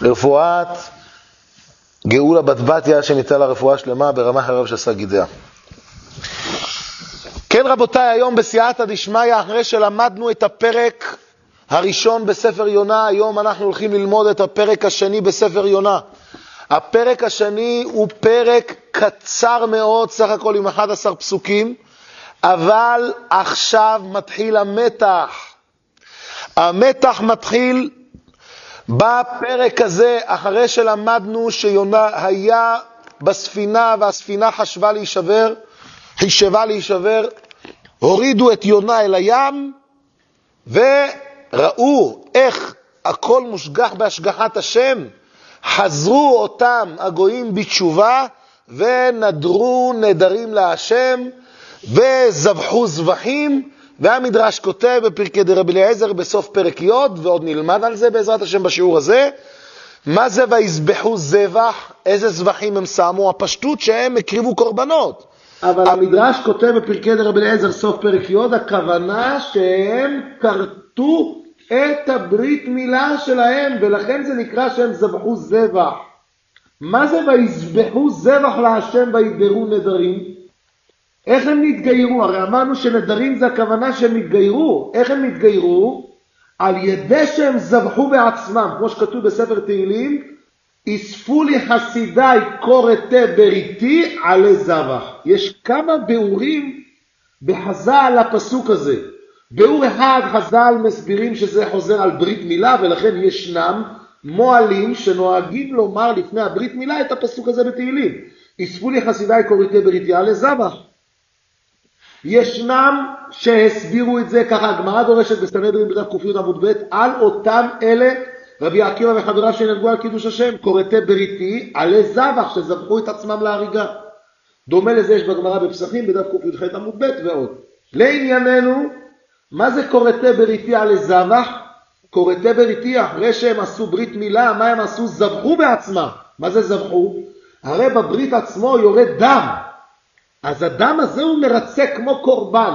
לרפואת גאולה בת בתיה, שניתן לה רפואה שלמה ברמה הרב שעשה גידיה. כן רבותיי, היום בסייעתא דשמיא, אחרי שלמדנו את הפרק הראשון בספר יונה, היום אנחנו הולכים ללמוד את הפרק השני בספר יונה. הפרק השני הוא פרק קצר מאוד, סך הכל עם 11 פסוקים, אבל עכשיו מתחיל המתח. המתח מתחיל בפרק הזה, אחרי שלמדנו שיונה היה בספינה והספינה חשבה להישבר, הורידו את יונה אל הים וראו איך הכל מושגח בהשגחת השם, חזרו אותם הגויים בתשובה ונדרו נדרים להשם וזבחו זבחים. והמדרש כותב בפרקי דרבי אליעזר בסוף פרק י', ועוד נלמד על זה בעזרת השם בשיעור הזה, מה זה ויזבחו זבח, איזה זבחים הם שמו, הפשטות שהם הקריבו קורבנות. אבל המדרש כותב בפרקי דרבי אליעזר סוף פרק י', הכוונה שהם כרתו את הברית מילה שלהם, ולכן זה נקרא שהם זבחו זבח. מה זה ויזבחו זבח להשם וידרו נדרים? איך הם נתגיירו? הרי אמרנו שנדרים זה הכוונה שהם נתגיירו. איך הם נתגיירו? על ידי שהם זבחו בעצמם, כמו שכתוב בספר תהילים, אספו לי חסידיי קורתי בריתי עלי זבח. יש כמה ביאורים בחז"ל לפסוק הזה. ביאור אחד, חז"ל מסבירים שזה חוזר על ברית מילה, ולכן ישנם מועלים שנוהגים לומר לפני הברית מילה את הפסוק הזה בתהילים. אספו לי חסידיי קורתי בריתי עלי זבח. ישנם שהסבירו את זה, ככה הגמרא דורשת בסנהדרין בדף ק"י עמוד ב', על אותם אלה רבי עקיבא וחבריו שנהרגו על קידוש השם, קורתי בריתי עלי זבח, שזבחו את עצמם להריגה. דומה לזה יש בגמרא בפסחים בדף ק"ח עמוד ב' ועוד. לענייננו, מה זה קורתי בריתי עלי זבח? קורתי בריתי, אחרי שהם עשו ברית מילה, מה הם עשו? זבחו בעצמם. מה זה זבחו? הרי בברית עצמו יורד דם, אז הדם הזה הוא מרצה כמו קורבן.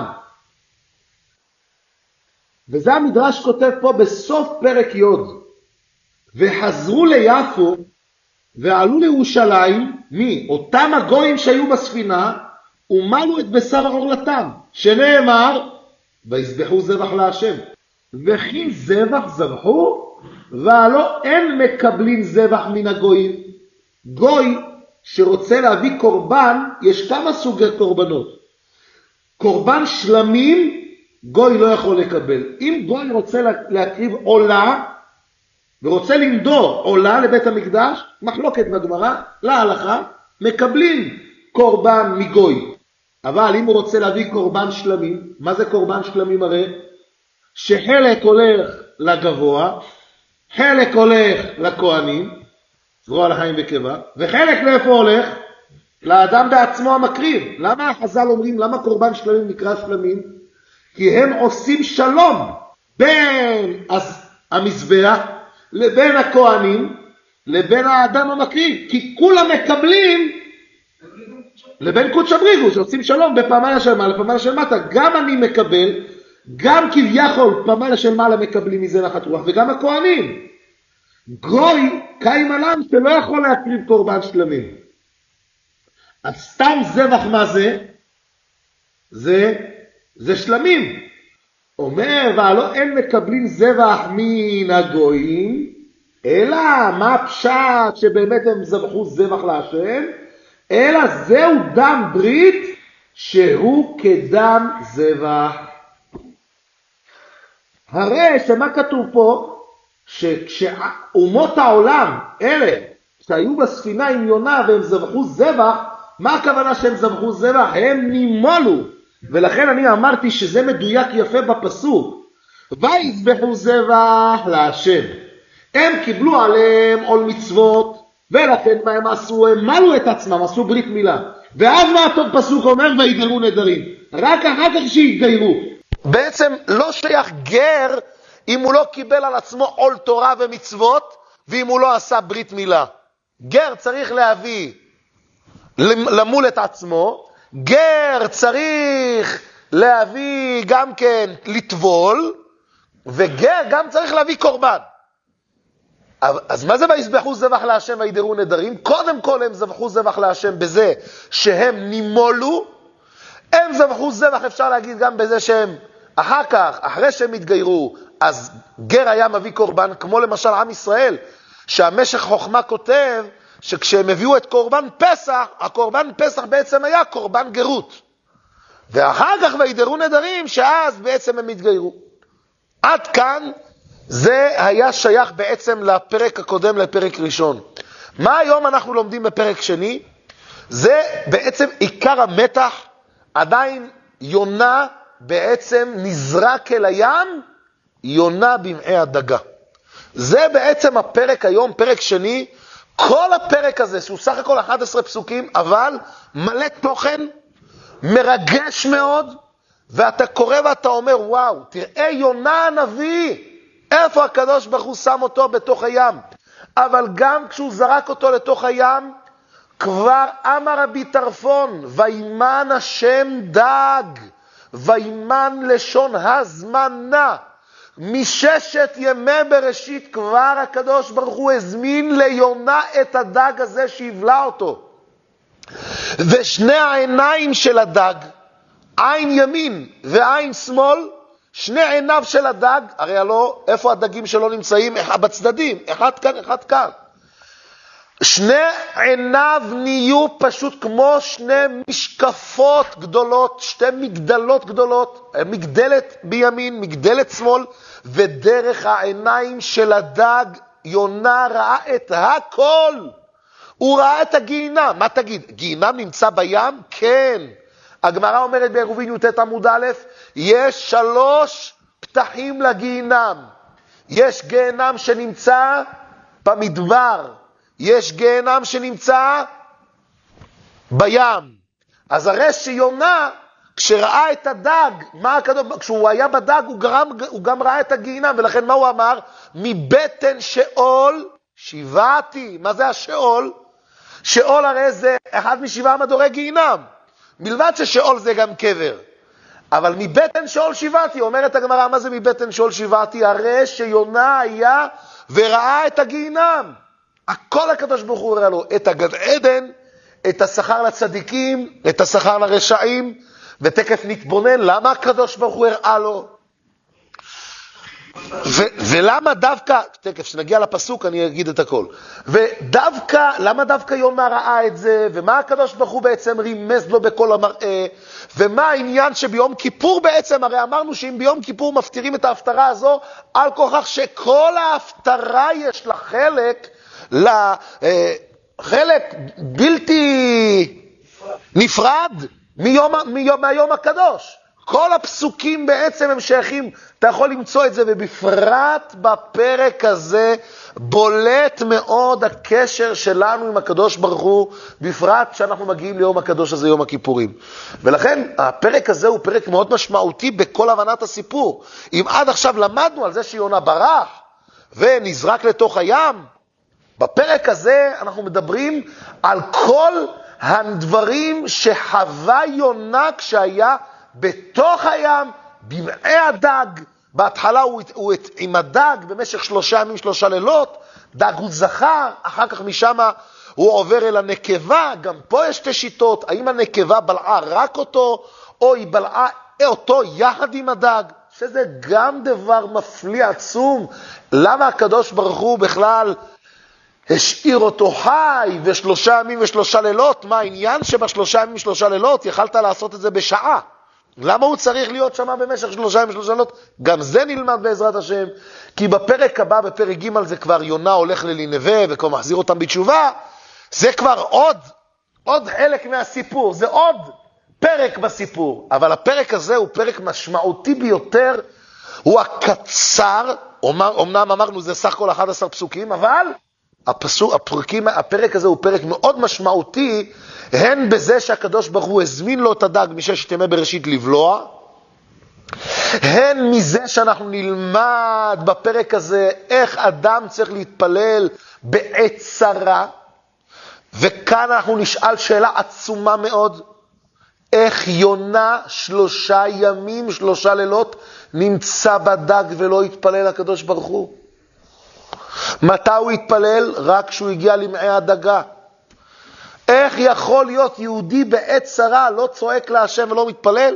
וזה המדרש כותב פה בסוף פרק י', וחזרו ליפו ועלו לירושלים, מי? אותם הגויים שהיו בספינה, ומלו את בשר עורלתם, שנאמר, ויזבחו זבח להשם. וכי זבח זבחו, והלא אין מקבלים זבח מן הגויים. גוי שרוצה להביא קורבן, יש כמה סוגי קורבנות. קורבן שלמים, גוי לא יכול לקבל. אם גוי רוצה להקריב עולה, ורוצה למדור עולה לבית המקדש, מחלוקת בגמרא, להלכה, מקבלים קורבן מגוי. אבל אם הוא רוצה להביא קורבן שלמים, מה זה קורבן שלמים הרי? שחלק הולך לגבוה, חלק הולך לכהנים, זרוע לחיים וקיבה, וחלק לאיפה הולך? לאדם בעצמו המקריב. למה החז"ל אומרים, למה קורבן שלמים נקרא שלמים? כי הם עושים שלום בין המזבח לבין הכהנים לבין האדם המקריב, כי כולם מקבלים לבין קודש הבריחו, שעושים שלום בפעמיים של מעלה לפעמיים של מטה. גם אני מקבל, גם כביכול פעמיים של מעלה מקבלים מזה נחת רוח, וגם הכהנים. גוי קיים עליו שלא יכול להקריב קורבן שלמים. אז סתם זבח מה זה? זה שלמים. אומר, והלא אין מקבלים זבח מן הגויים, אלא מה הפשט שבאמת הם זבחו זבח להשם? אלא זהו דם ברית שהוא כדם זבח. הרי שמה כתוב פה? שכשאומות העולם, אלה שהיו בספינה עם יונה והם זבחו זבח, מה הכוונה שהם זבחו זבח? הם נימולו. ולכן אני אמרתי שזה מדויק יפה בפסוק. ויזבחו זבח להשם. הם קיבלו עליהם עול מצוות, ולכן מה הם עשו? הם מלו את עצמם, עשו ברית מילה. ואז מה הטוב פסוק אומר? וידרו נדרים. רק אחר כך שיתגיירו. בעצם לא שייך גר אם הוא לא קיבל על עצמו עול תורה ומצוות, ואם הוא לא עשה ברית מילה. גר צריך להביא, למול את עצמו, גר צריך להביא גם כן לטבול, וגר גם צריך להביא קורבן. אז מה זה ויזבחו זבח להשם וידרו נדרים? קודם כל הם זבחו זבח להשם בזה שהם נימולו, הם זבחו זבח אפשר להגיד גם בזה שהם אחר כך, אחרי שהם התגיירו, אז גר היה מביא קורבן, כמו למשל עם ישראל, שהמשך חוכמה כותב שכשהם הביאו את קורבן פסח, הקורבן פסח בעצם היה קורבן גרות. ואחר כך וידרו נדרים, שאז בעצם הם התגיירו. עד כאן זה היה שייך בעצם לפרק הקודם, לפרק ראשון. מה היום אנחנו לומדים בפרק שני? זה בעצם עיקר המתח, עדיין יונה בעצם נזרק אל הים, יונה במעי הדגה. זה בעצם הפרק היום, פרק שני, כל הפרק הזה, שהוא סך הכל 11 פסוקים, אבל מלא תוכן, מרגש מאוד, ואתה קורא ואתה אומר, וואו, תראה יונה הנביא, איפה הקדוש ברוך הוא שם אותו בתוך הים. אבל גם כשהוא זרק אותו לתוך הים, כבר אמר רבי טרפון, וימן השם דג, וימן לשון הזמנה. מששת ימי בראשית כבר הקדוש ברוך הוא הזמין ליונה את הדג הזה שיבלע אותו. ושני העיניים של הדג, עין ימין ועין שמאל, שני עיניו של הדג, הרי הלא, איפה הדגים שלו נמצאים? בצדדים, אחד כאן, אחד כאן. שני עיניו נהיו פשוט כמו שני משקפות גדולות, שתי מגדלות גדולות, מגדלת בימין, מגדלת שמאל, ודרך העיניים של הדג יונה ראה את הכל. הוא ראה את הגיהינם. מה תגיד? גיהינם נמצא בים? כן. הגמרא אומרת בעירובין י"ט עמוד א', יש 3 פתחים לגיהינם. יש גיהינם שנמצא במדבר, יש גיהינם שנמצא בים. אז הרי שיונה, כשראה את הדג, כשהוא היה בדג, הוא גם ראה את הגיהינם, ולכן מה הוא אמר? מבטן שאול שיבעתי. מה זה השאול? שאול הרי זה אחד מ7 מדורי גיהינם. מלבד ששאול זה גם קבר. אבל מבטן שאול שיבעתי, אומרת הגמרא, מה זה מבטן שאול שיבעתי? הרי שיונה היה וראה את הגיהינם. הכל הקדוש ברוך הוא הראה לו, את הגן עדן, את השכר לצדיקים, את השכר לרשעים, ותקף נתבונן למה הקדוש ברוך הוא הראה לו. ולמה דווקא, תקף שנגיע לפסוק אני אגיד את הכל, למה דווקא יונה ראה את זה, ומה הקדוש ברוך הוא בעצם רימז לו בכל המראה, ומה העניין שביום כיפור בעצם, הרי אמרנו שאם ביום כיפור מפתירים את ההפטרה הזו, על כוכך שכל ההפטרה יש לה חלק בלתי נפרד מהיום הקדוש. כל הפסוקים בעצם הם שייכים, אתה יכול למצוא את זה, ובפרט בפרק הזה בולט מאוד הקשר שלנו עם הקדוש ברוך הוא, בפרט שאנחנו מגיעים ליום הקדוש הזה, יום הכיפורים. ולכן הפרק הזה הוא פרק מאוד משמעותי בכל הבנת הסיפור. אם עד עכשיו למדנו על זה שיונה ברח ונזרק לתוך הים, בפרק הזה אנחנו מדברים על כל הדברים שחווה יונה כשהיה בתוך הים, במעי הדג. בהתחלה הוא עם הדג במשך 3 ימים 3 לילות, דג הוא זכר, אחר כך משם הוא עובר אל הנקבה. גם פה יש 2 שיטות, האם הנקבה בלעה רק אותו, או היא בלעה אותו יחד עם הדג, שזה גם דבר מפליא עצום. למה הקדוש ברוך הוא בכלל השאיר אותו חי ו3 ימים ו3 לילות? מה העניין שב3 ימים 3 לילות יכלת לעשות את זה בשעה? למה הוא צריך להיות שם במשך 3 ימים 3 לילות? גם זה נלמד בעזרת השם, כי בפרק הבא, בפרק ג' זה כבר יונה הולך לנינווה וכבר מחזיר אותם בתשובה. זה כבר עוד חלק מהסיפור, זה עוד פרק בסיפור. אבל הפרק הזה הוא פרק משמעותי ביותר, הוא הקצר, אמנם אמרנו זה סך כל 11 פסוקים, אבל הפרק הזה הוא פרק מאוד משמעותי, הן בזה שהקדוש ברוך הוא הזמין לו את הדג מששת ימי בראשית לבלוע, הן מזה שאנחנו נלמד בפרק הזה איך אדם צריך להתפלל בעת צרה. וכאן אנחנו נשאל שאלה עצומה מאוד, איך יונה 3 ימים 3 לילות נמצא בדג ולא התפלל לקדוש ברוך הוא? מתי הוא התפלל? רק כשהוא הגיע למעי הדגה. איך יכול להיות יהודי בעת צרה לא צועק להשם ולא מתפלל?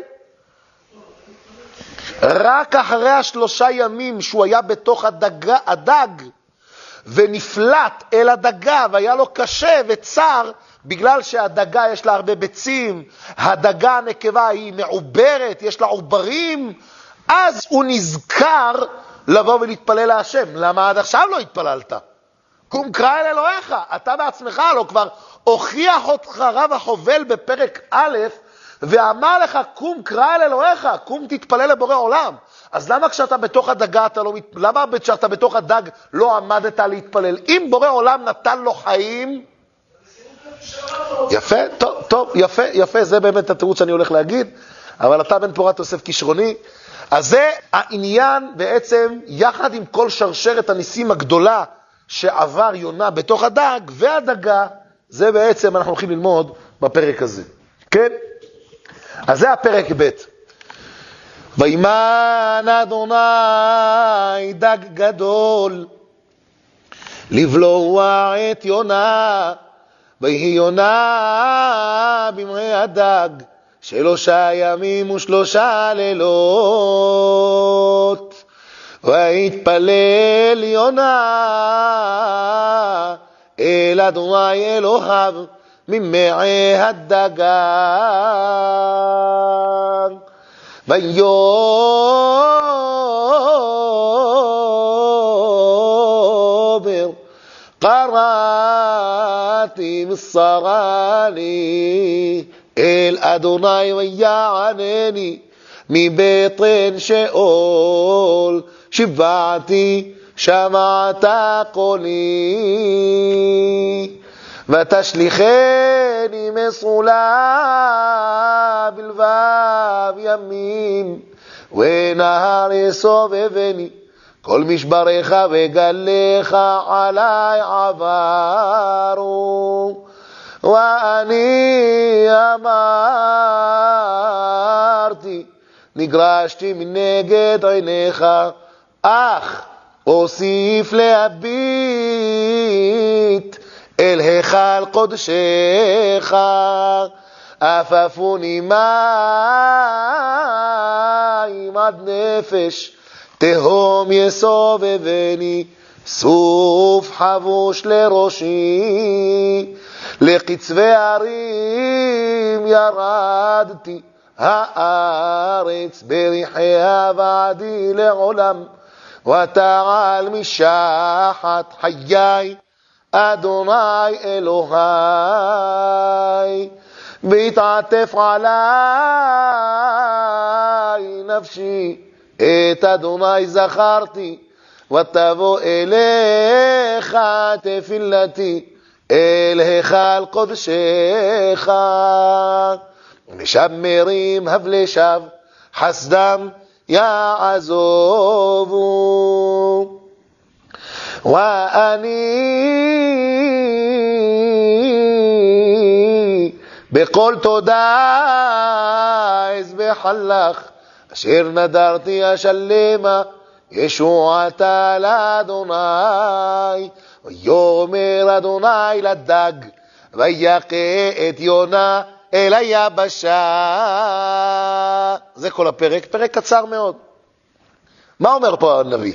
רק אחרי 3 ימים שהוא היה בתוך הדג ונפלט אל הדגה והיה לו קשה וצר, בגלל שהדגה יש לה הרבה ביצים, הדגה הנקבה היא מעוברת, יש לה עוברים, אז הוא נזכר לבוא ולהתפלל להשם. למה עד עכשיו לא התפללת? קום קרא אל אלוהיך, אתה בעצמך לא כבר הוכיח אותך רב החובל בפרק א' ואמר לך קום קרא אל אלוהיך, קום תתפלל לבורא עולם. אז למה כשאתה בתוך הדגה למה כשאתה בתוך הדג לא עמדת להתפלל? אם בורא עולם נתן לו חיים, יפה, טוב, יפה, זה באמת התירוץ שאני הולך להגיד, אבל אתה בן פורת יוסף כישרוני. אז זה העניין בעצם, יחד עם כל שרשרת הניסים הגדולה שעבר יונה בתוך הדג והדגה, זה בעצם אנחנו הולכים ללמוד בפרק הזה. כן? אז זה הפרק ב'. וימן אדוני דג גדול לבלוע את יונה, ויהי יונה במעי הדג 3 ימים ו3 לילות. ויתפלל יונה אל אדוני אלוהיו ממעי הדגה. ויאמר קראתי מסרה לי אל אדוני ויענני מבטן שאול, שבעתי שמעת קולי. ותשליחני מסעולה בלבב ימים ונהר יסובבני, כל משבריך וגליך עלי עברו. ואני אמרתי נגרשתי מנגד עיניך, אך אוסיף להביט אל היכל קודשך. אפפוני מים עד נפש, תהום יסובבני, סוף חבוש לראשי. לקצווי הרים ירדתי, הארץ בריחיה ועדי לעולם. ותעל משחת חיי אדוני אלוהי, בהתעטף עלי נפשי, את אדוני זכרתי. ותבוא אליך תפילתי אל היכל קודשך. משמרים הבלי שב, חסדם יעזובו. ואני בכל תודה אזבח לך, אשר נדרתי אשלמה ישועתה לאדוני. ויאמר אדוני לדג, ויכה את יונה אל היבשה. זה כל הפרק, פרק קצר מאוד. מה אומר פה הנביא?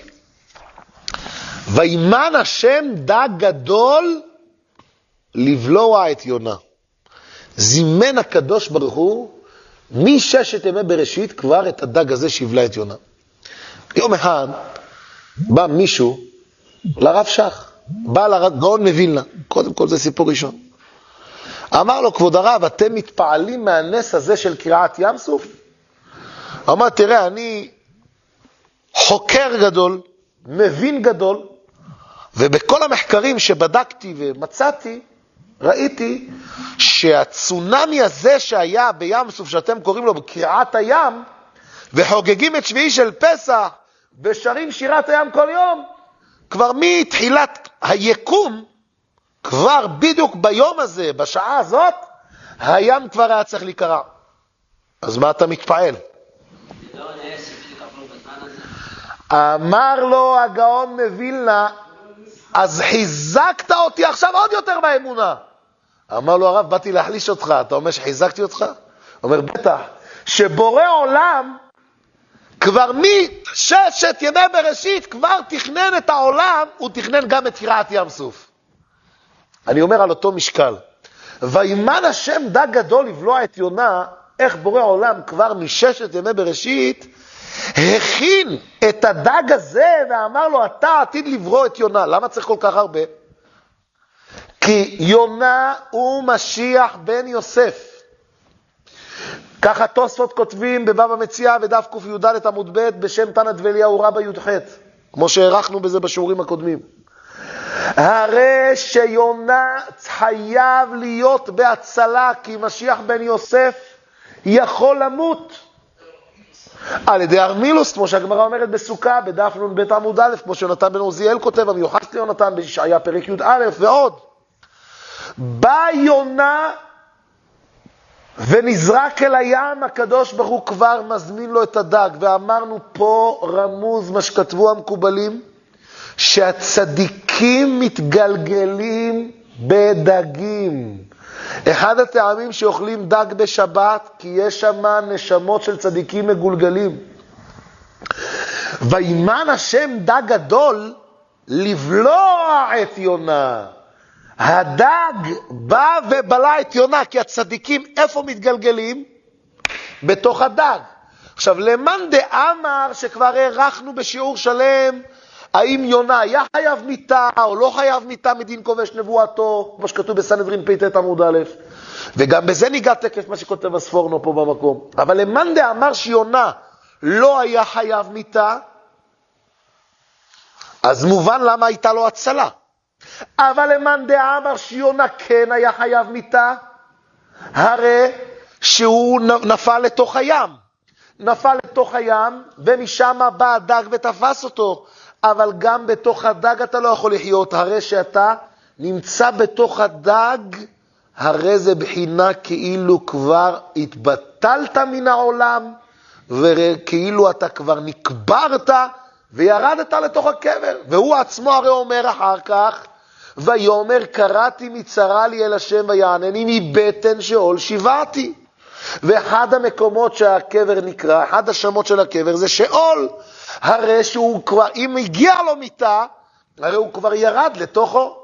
וימן השם דג גדול לבלוע את יונה. זימן הקדוש ברוך הוא מששת ימי בראשית כבר את הדג הזה שיבלע את יונה. יום אחד בא מישהו לרב שך, בא לגאון מווילנה, קודם כל זה סיפור ראשון. אמר לו, כבוד הרב, אתם מתפעלים מהנס הזה של קריעת ים סוף? אמר, תראה, אני חוקר גדול, מבין גדול, ובכל המחקרים שבדקתי ומצאתי, ראיתי שהצונמי הזה שהיה בים סוף, שאתם קוראים לו בקריעת הים, וחוגגים את שביעי של פסח, ושרים שירת הים כל יום, כבר מתחילת היקום, כבר בדיוק ביום הזה, בשעה הזאת, הים כבר היה צריך להיקרע. אז מה אתה מתפעל? אמר לו הגאון מווילנה, אז חיזקת אותי עכשיו עוד יותר באמונה. אמר לו הרב, באתי להחליש אותך, אתה אומר שחיזקתי אותך? אומר, בטח, שבורא עולם, כבר מששת ימי בראשית, כבר תכנן את העולם, הוא תכנן גם את קריעת ים סוף. אני אומר על אותו משקל. וימן השם דג גדול לבלוע את יונה, איך בורא עולם כבר מששת ימי בראשית, הכין את הדג הזה ואמר לו, אתה עתיד לברוא את יונה. למה צריך כל כך הרבה? כי יונה הוא משיח בן יוסף. ככה תוספות כותבים בבבא מציעא ודף קי"ד עמוד ב' בשם תנא דבליהו רבא י"ח, כמו שהערכנו בזה בשיעורים הקודמים. הרי שיונה חייב להיות בהצלה, כי משיח בן יוסף יכול למות על ידי ארמילוס, כמו שהגמרא אומרת בסוכה, בדף נ"ב עמוד א', כמו שיונתן בן עוזיאל כותב, המיוחס ליונתן בישעיה פרק י"א ועוד. בא יונה ונזרק אל הים, הקדוש ברוך הוא כבר מזמין לו את הדג, ואמרנו פה רמוז מה שכתבו המקובלים, שהצדיקים מתגלגלים בדגים. אחד הטעמים שאוכלים דג בשבת, כי יש שם נשמות של צדיקים מגולגלים. וימן השם דג גדול לבלוע את יונה. הדג בא ובלע את יונה, כי הצדיקים איפה מתגלגלים? בתוך הדג. עכשיו, למאן דאמר שכבר הערכנו בשיעור שלם, האם יונה היה חייב מיתה או לא חייב מיתה מדין כובש נבואתו, כמו שכתוב בסנהדרין פ"ט עמוד א', וגם בזה ניגע תקף מה שכותב הספורנו פה במקום. אבל למאן דאמר שיונה לא היה חייב מיתה, אז מובן למה הייתה לו הצלה. אבל למאן דאמר שיונה כן היה חייב מיתה, הרי שהוא נפל לתוך הים. נפל לתוך הים, ומשם בא הדג ותפס אותו. אבל גם בתוך הדג אתה לא יכול לחיות, הרי שאתה נמצא בתוך הדג, הרי זה בחינה כאילו כבר התבטלת מן העולם, וכאילו אתה כבר נקברת וירדת לתוך הקבר. והוא עצמו הרי אומר אחר כך, ויאמר קראתי מצרה לי אל השם ויענני מבטן שאול שיבעתי. ואחד המקומות שהקבר נקרא, אחד השמות של הקבר זה שאול. הרי שהוא כבר, אם הגיע לו מיתה, הרי הוא כבר ירד לתוכו.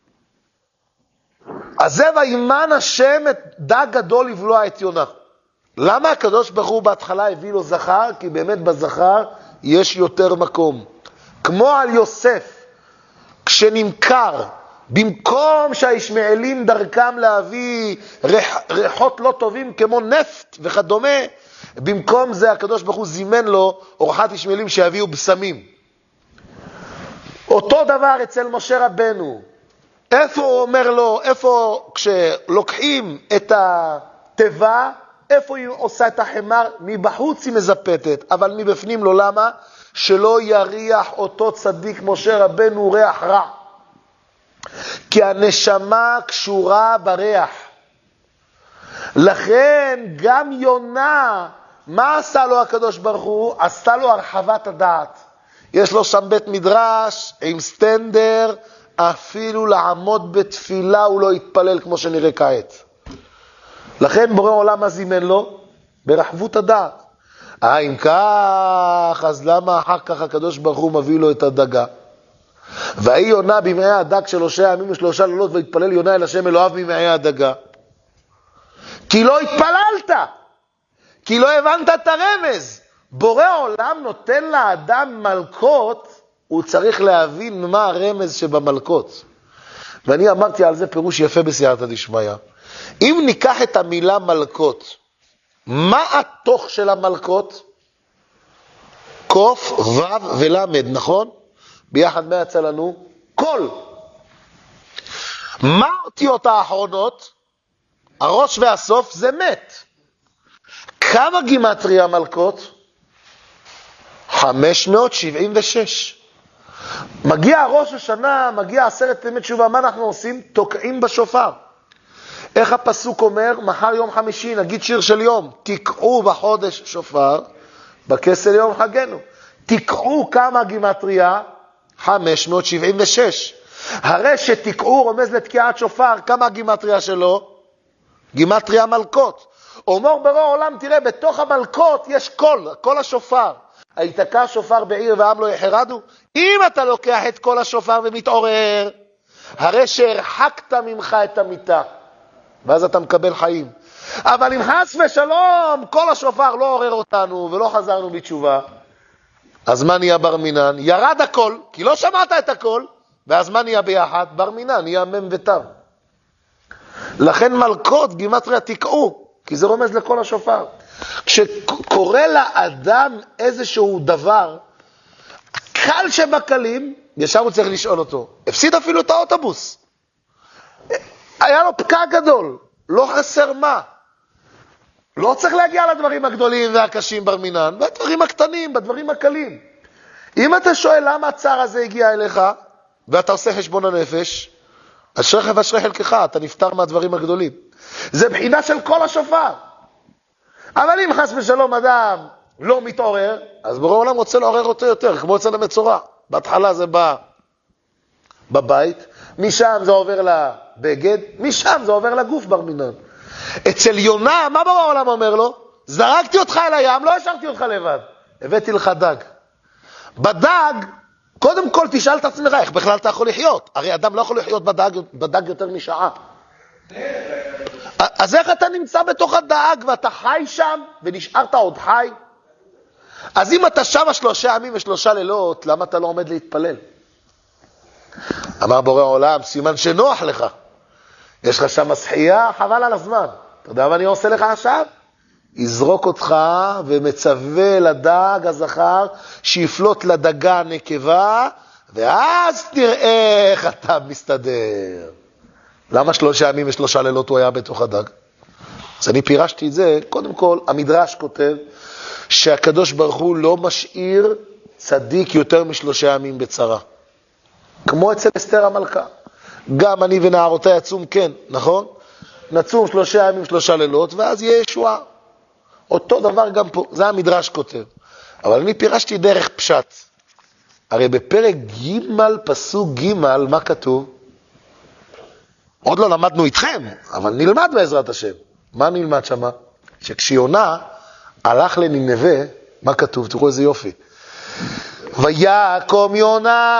אז זה וימן השם את דג גדול לבלוע את יונה. למה הקדוש ברוך הוא בהתחלה הביא לו זכר? כי באמת בזכר יש יותר מקום. כמו על יוסף, כשנמכר, במקום שהישמעאלים דרכם להביא ריחות לא טובים כמו נפט וכדומה, במקום זה הקדוש ברוך הוא זימן לו אורחת ישמעאלים שיביאו בשמים. אותו דבר אצל משה רבנו. איפה הוא אומר לו, איפה כשלוקחים את הטבע, איפה היא עושה את החמר? מבחוץ היא מזפתת, אבל מבפנים לא. למה? שלא יריח אותו צדיק משה רבנו ריח רע. כי הנשמה קשורה בריח. לכן גם יונה, מה עשה לו הקדוש ברוך הוא? עשתה לו הרחבת הדעת. יש לו שם בית מדרש עם סטנדר, אפילו לעמוד בתפילה הוא לא יתפלל כמו שנראה כעת. לכן בורא עולם הזימן לו ברחבות הדעת. אם כך, אז למה אחר כך הקדוש ברוך הוא מביא לו את הדגה? והיא יונה במעי הדג 3 ימים ו3 לילות, והתפלל יונה אל השם אלוהיו במעי הדגה. כי לא התפללת, כי לא הבנת את הרמז. בורא עולם נותן לאדם מלכות, הוא צריך להבין מה הרמז שבמלכות. ואני אמרתי על זה פירוש יפה בסייעתא דשמיא. אם ניקח את המילה מלכות, מה התוך של המלכות? קוף, וו ולמד, נכון? ביחד מה יצא לנו? כל. מה אותיות האחרונות? הראש והסוף זה מת. כמה גימטריה מלכות? 576. מגיע ראש השנה, מגיע 10 ימי תשובה, מה אנחנו עושים? תוקעים בשופר. איך הפסוק אומר? מחר יום חמישי, נגיד שיר של יום, תקעו בחודש שופר, בכסל יום חגנו. תקעו כמה גימטריה? 576. הרי שתקעו רומז לתקיעת שופר, כמה הגימטריה שלו? גימטריה מלכות. אומר ברור העולם, תראה, בתוך המלכות יש קול השופר. היתקע שופר בעיר ועם לא יחרדו? אם אתה לוקח את קול השופר ומתעורר, הרי שהרחקת ממך את המיטה, ואז אתה מקבל חיים. אבל אם חס ושלום, קול השופר לא עורר אותנו ולא חזרנו בתשובה, אז מה נהיה בר מינן? ירד הקול, כי לא שמעת את הקול, ואז מה נהיה ביחד? בר מינן, נהיה מם ותם. לכן מלכות גימטריה תקעו, כי זה רומז לכל השופר. כשקורא לאדם איזשהו דבר, קל שבקלים, ישר הוא צריך לשאול אותו. הפסיד אפילו את האוטובוס. היה לו פקע גדול, לא חסר מה. לא צריך להגיע לדברים הגדולים והקשים בר מינן, בדברים הקטנים, בדברים הקלים. אם אתה שואל למה הצער הזה הגיע אליך, ואתה עושה חשבון הנפש, אשריך ואשרי חלקך, אתה נפטר מהדברים הגדולים. זה בחינה של כל השופר. אבל אם חס ושלום אדם לא מתעורר, אז ברור העולם רוצה לעורר אותו יותר, כמו אצל המצורע. בהתחלה זה בא בבית, משם זה עובר לבגד, משם זה עובר לגוף בר מינן. אצל יונה, מה ברור העולם אומר לו? זרקתי אותך אל הים, לא השארתי אותך לבד. הבאתי לך דג. בדג, קודם כל תשאל את עצמך, איך בכלל אתה יכול לחיות? הרי אדם לא יכול לחיות בדג יותר משעה. אז איך אתה נמצא בתוך הדג ואתה חי שם ונשארת עוד חי? אז אם אתה שם 3 ימים ו3 לילות, למה אתה לא עומד להתפלל? אמר בורא העולם, סימן שנוח לך. יש לך שם שחייה, חבל על הזמן. אתה יודע מה אני עושה לך עכשיו? יזרוק אותך ומצווה לדג הזכר שיפלוט לדגה הנקבה, ואז תראה איך אתה מסתדר. למה 3 ימים ו3 לילות הוא היה בתוך הדג? אז אני פירשתי את זה. קודם כל, המדרש כותב שהקדוש ברוך הוא לא משאיר צדיק יותר מ3 ימים בצרה. כמו אצל אסתר המלכה. גם אני ונערותי יצום, כן, נכון? נצום 3 ימים 3 לילות, ואז יהיה ישועה. אותו דבר גם פה, זה המדרש כותב. אבל אני פירשתי דרך פשט. הרי בפרק ג' פסוק ג' מה כתוב? עוד לא למדנו איתכם, אבל נלמד בעזרת השם. מה נלמד שמה? שכשיונה הלך לנינווה, מה כתוב? תראו איזה יופי. ויקום יונה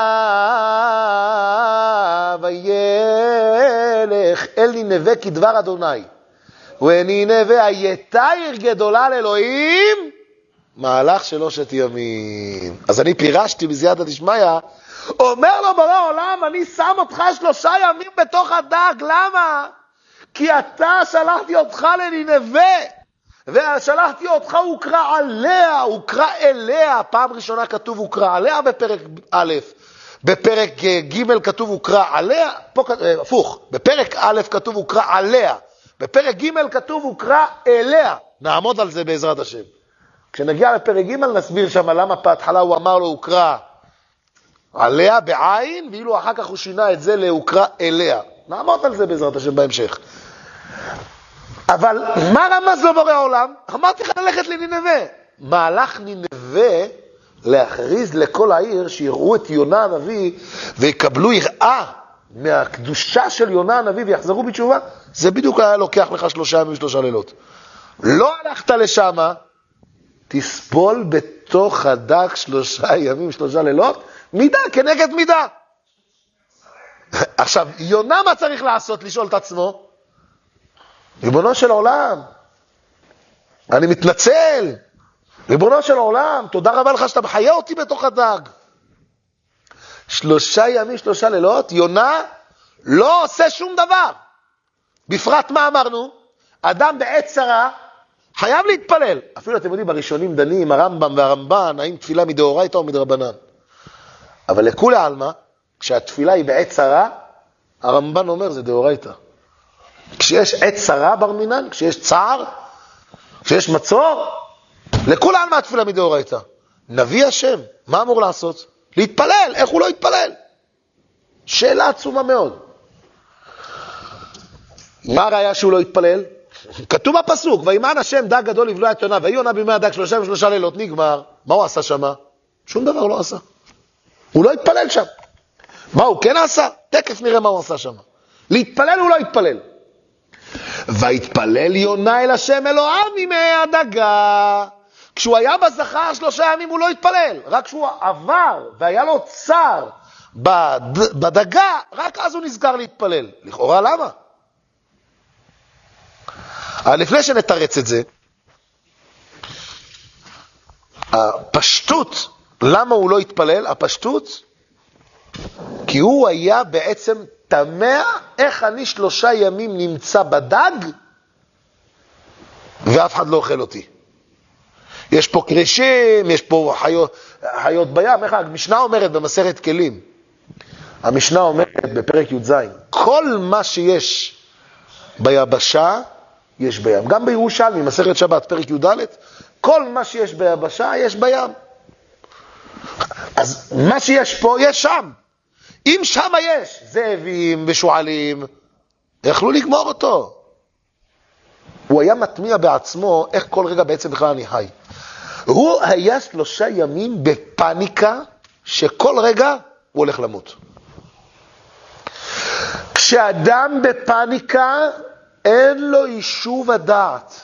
וילך אל נינווה כדבר אדוני, ונינווה הייתה עיר גדולה לאלוהים, מהלך 3 ימים. אז אני פירשתי בזיעתא דשמיא, אומר לו ברא העולם, אני שם אותך 3 ימים בתוך הדג. למה? כי אתה שלחתי אותך לנינווה, ושלחתי אותך הוקרא עליה, הוקרא אליה. פעם ראשונה כתוב הוקרא עליה בפרק א', בפרק ג' כתוב הוקרא עליה, פה הפוך, בפרק א' כתוב הוקרא עליה, בפרק ג' כתוב הוקרא אליה. נעמוד על זה בעזרת השם. כשנגיע לפרק ג' נסביר שם למה בהתחלה הוא אמר לו הוקרא עליה בעין, ואילו אחר כך הוא שינה את זה להוקרא אליה. נעמוד על זה בעזרת השם בהמשך. אבל מה רמז לו בורא העולם? אמרתי לך ללכת לנינווה. מהלך נינווה להכריז לכל העיר שיראו את יונה הנביא ויקבלו יראה מהקדושה של יונה הנביא ויחזרו בתשובה. זה בדיוק היה לוקח לך 3 ימים ו3 לילות. לא הלכת לשם, תסבול בתוך הדג 3 ימים ו3 לילות, מידה כנגד מידה. עכשיו, יונה מה צריך לעשות? לשאול את עצמו, ריבונו של העולם, אני מתנצל. ריבונו של העולם, תודה רבה לך שאתה מחיה אותי בתוך הדג. 3 ימים 3 לילות, יונה לא עושה שום דבר. בפרט מה אמרנו? אדם בעת צרה חייב להתפלל. אפילו אתם יודעים, בראשונים דנים, הרמב"ם והרמב"ן, האם תפילה מדאורייתא או מדרבנן. אבל לכולי עלמא, כשהתפילה היא בעת צרה, הרמב"ן אומר זה דאורייתא. כשיש עת צרה בר מינן, כשיש צער, כשיש מצור, לכולי עלמא התפילה מדאורייתא. נביא השם, מה אמור לעשות? להתפלל. איך הוא לא יתפלל? שאלה עצומה מאוד. מה הראיה שהוא לא יתפלל? כתוב בפסוק, וימן השם דג גדול לבלוע את יונה, ויהי יונה בימי הדג 3 ימים ו3 לילות. נגמר. מה הוא עשה שמה? שום דבר לא עשה. הוא לא התפלל שם. מה הוא כן עשה? תקף נראה מה הוא עשה שם. להתפלל הוא לא התפלל. והתפלל יונה אל השם אלוהיו מימי הדגה. כשהוא היה בזכר 3 ימים הוא לא התפלל. רק כשהוא עבר והיה לו צער בדגה, רק אז הוא נזכר להתפלל. לכאורה למה? לפני שנתרץ את זה, הפשטות, למה הוא לא התפלל? הפשטות, כי הוא היה בעצם תמה איך אני 3 ימים נמצא בדג ואף אחד לא אוכל אותי. יש פה קרישים, יש פה חיות בים. איך המשנה אומרת במסכת כלים? המשנה אומרת בפרק י"ז, כל מה שיש ביבשה יש בים. גם בירושלמי, מסכת שבת, פרק י"ד, כל מה שיש ביבשה יש בים. אז מה שיש פה יש שם. אם שם יש זאבים ושועלים, יכלו לגמור אותו. הוא היה מטמיע בעצמו איך כל רגע בעצם בכלל אני חי. הוא היה 3 ימים בפניקה שכל רגע הוא הולך למות. כשאדם בפניקה אין לו יישוב הדעת.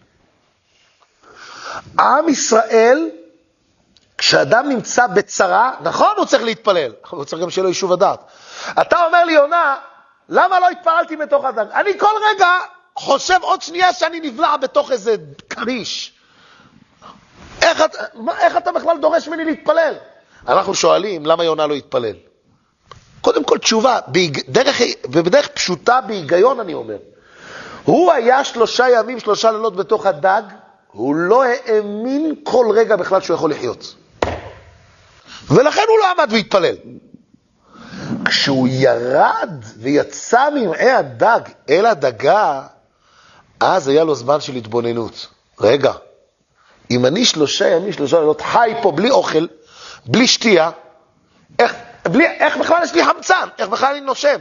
עם ישראל, כשאדם נמצא בצרה, נכון הוא צריך להתפלל, אבל הוא צריך גם שיהיה לו יישוב הדעת. אתה אומר לי יונה, למה לא התפללתי בתוך הדג? אני כל רגע חושב עוד שנייה שאני נבלע בתוך איזה קריש. איך אתה בכלל דורש ממני להתפלל? אנחנו שואלים למה יונה לא התפלל. קודם כל תשובה, ובדרך פשוטה בהיגיון אני אומר. הוא היה 3 ימים, 3 לילות בתוך הדג, הוא לא האמין כל רגע בכלל שהוא יכול לחיות. ולכן הוא לא עמד והתפלל. כשהוא ירד ויצא ממעי הדג אל הדגה, אז היה לו זמן של התבוננות. רגע, אם אני 3 ימים, 3 לילות חי פה בלי אוכל, בלי שתייה, איך בכלל יש לי חמצן? איך בכלל אני נושם?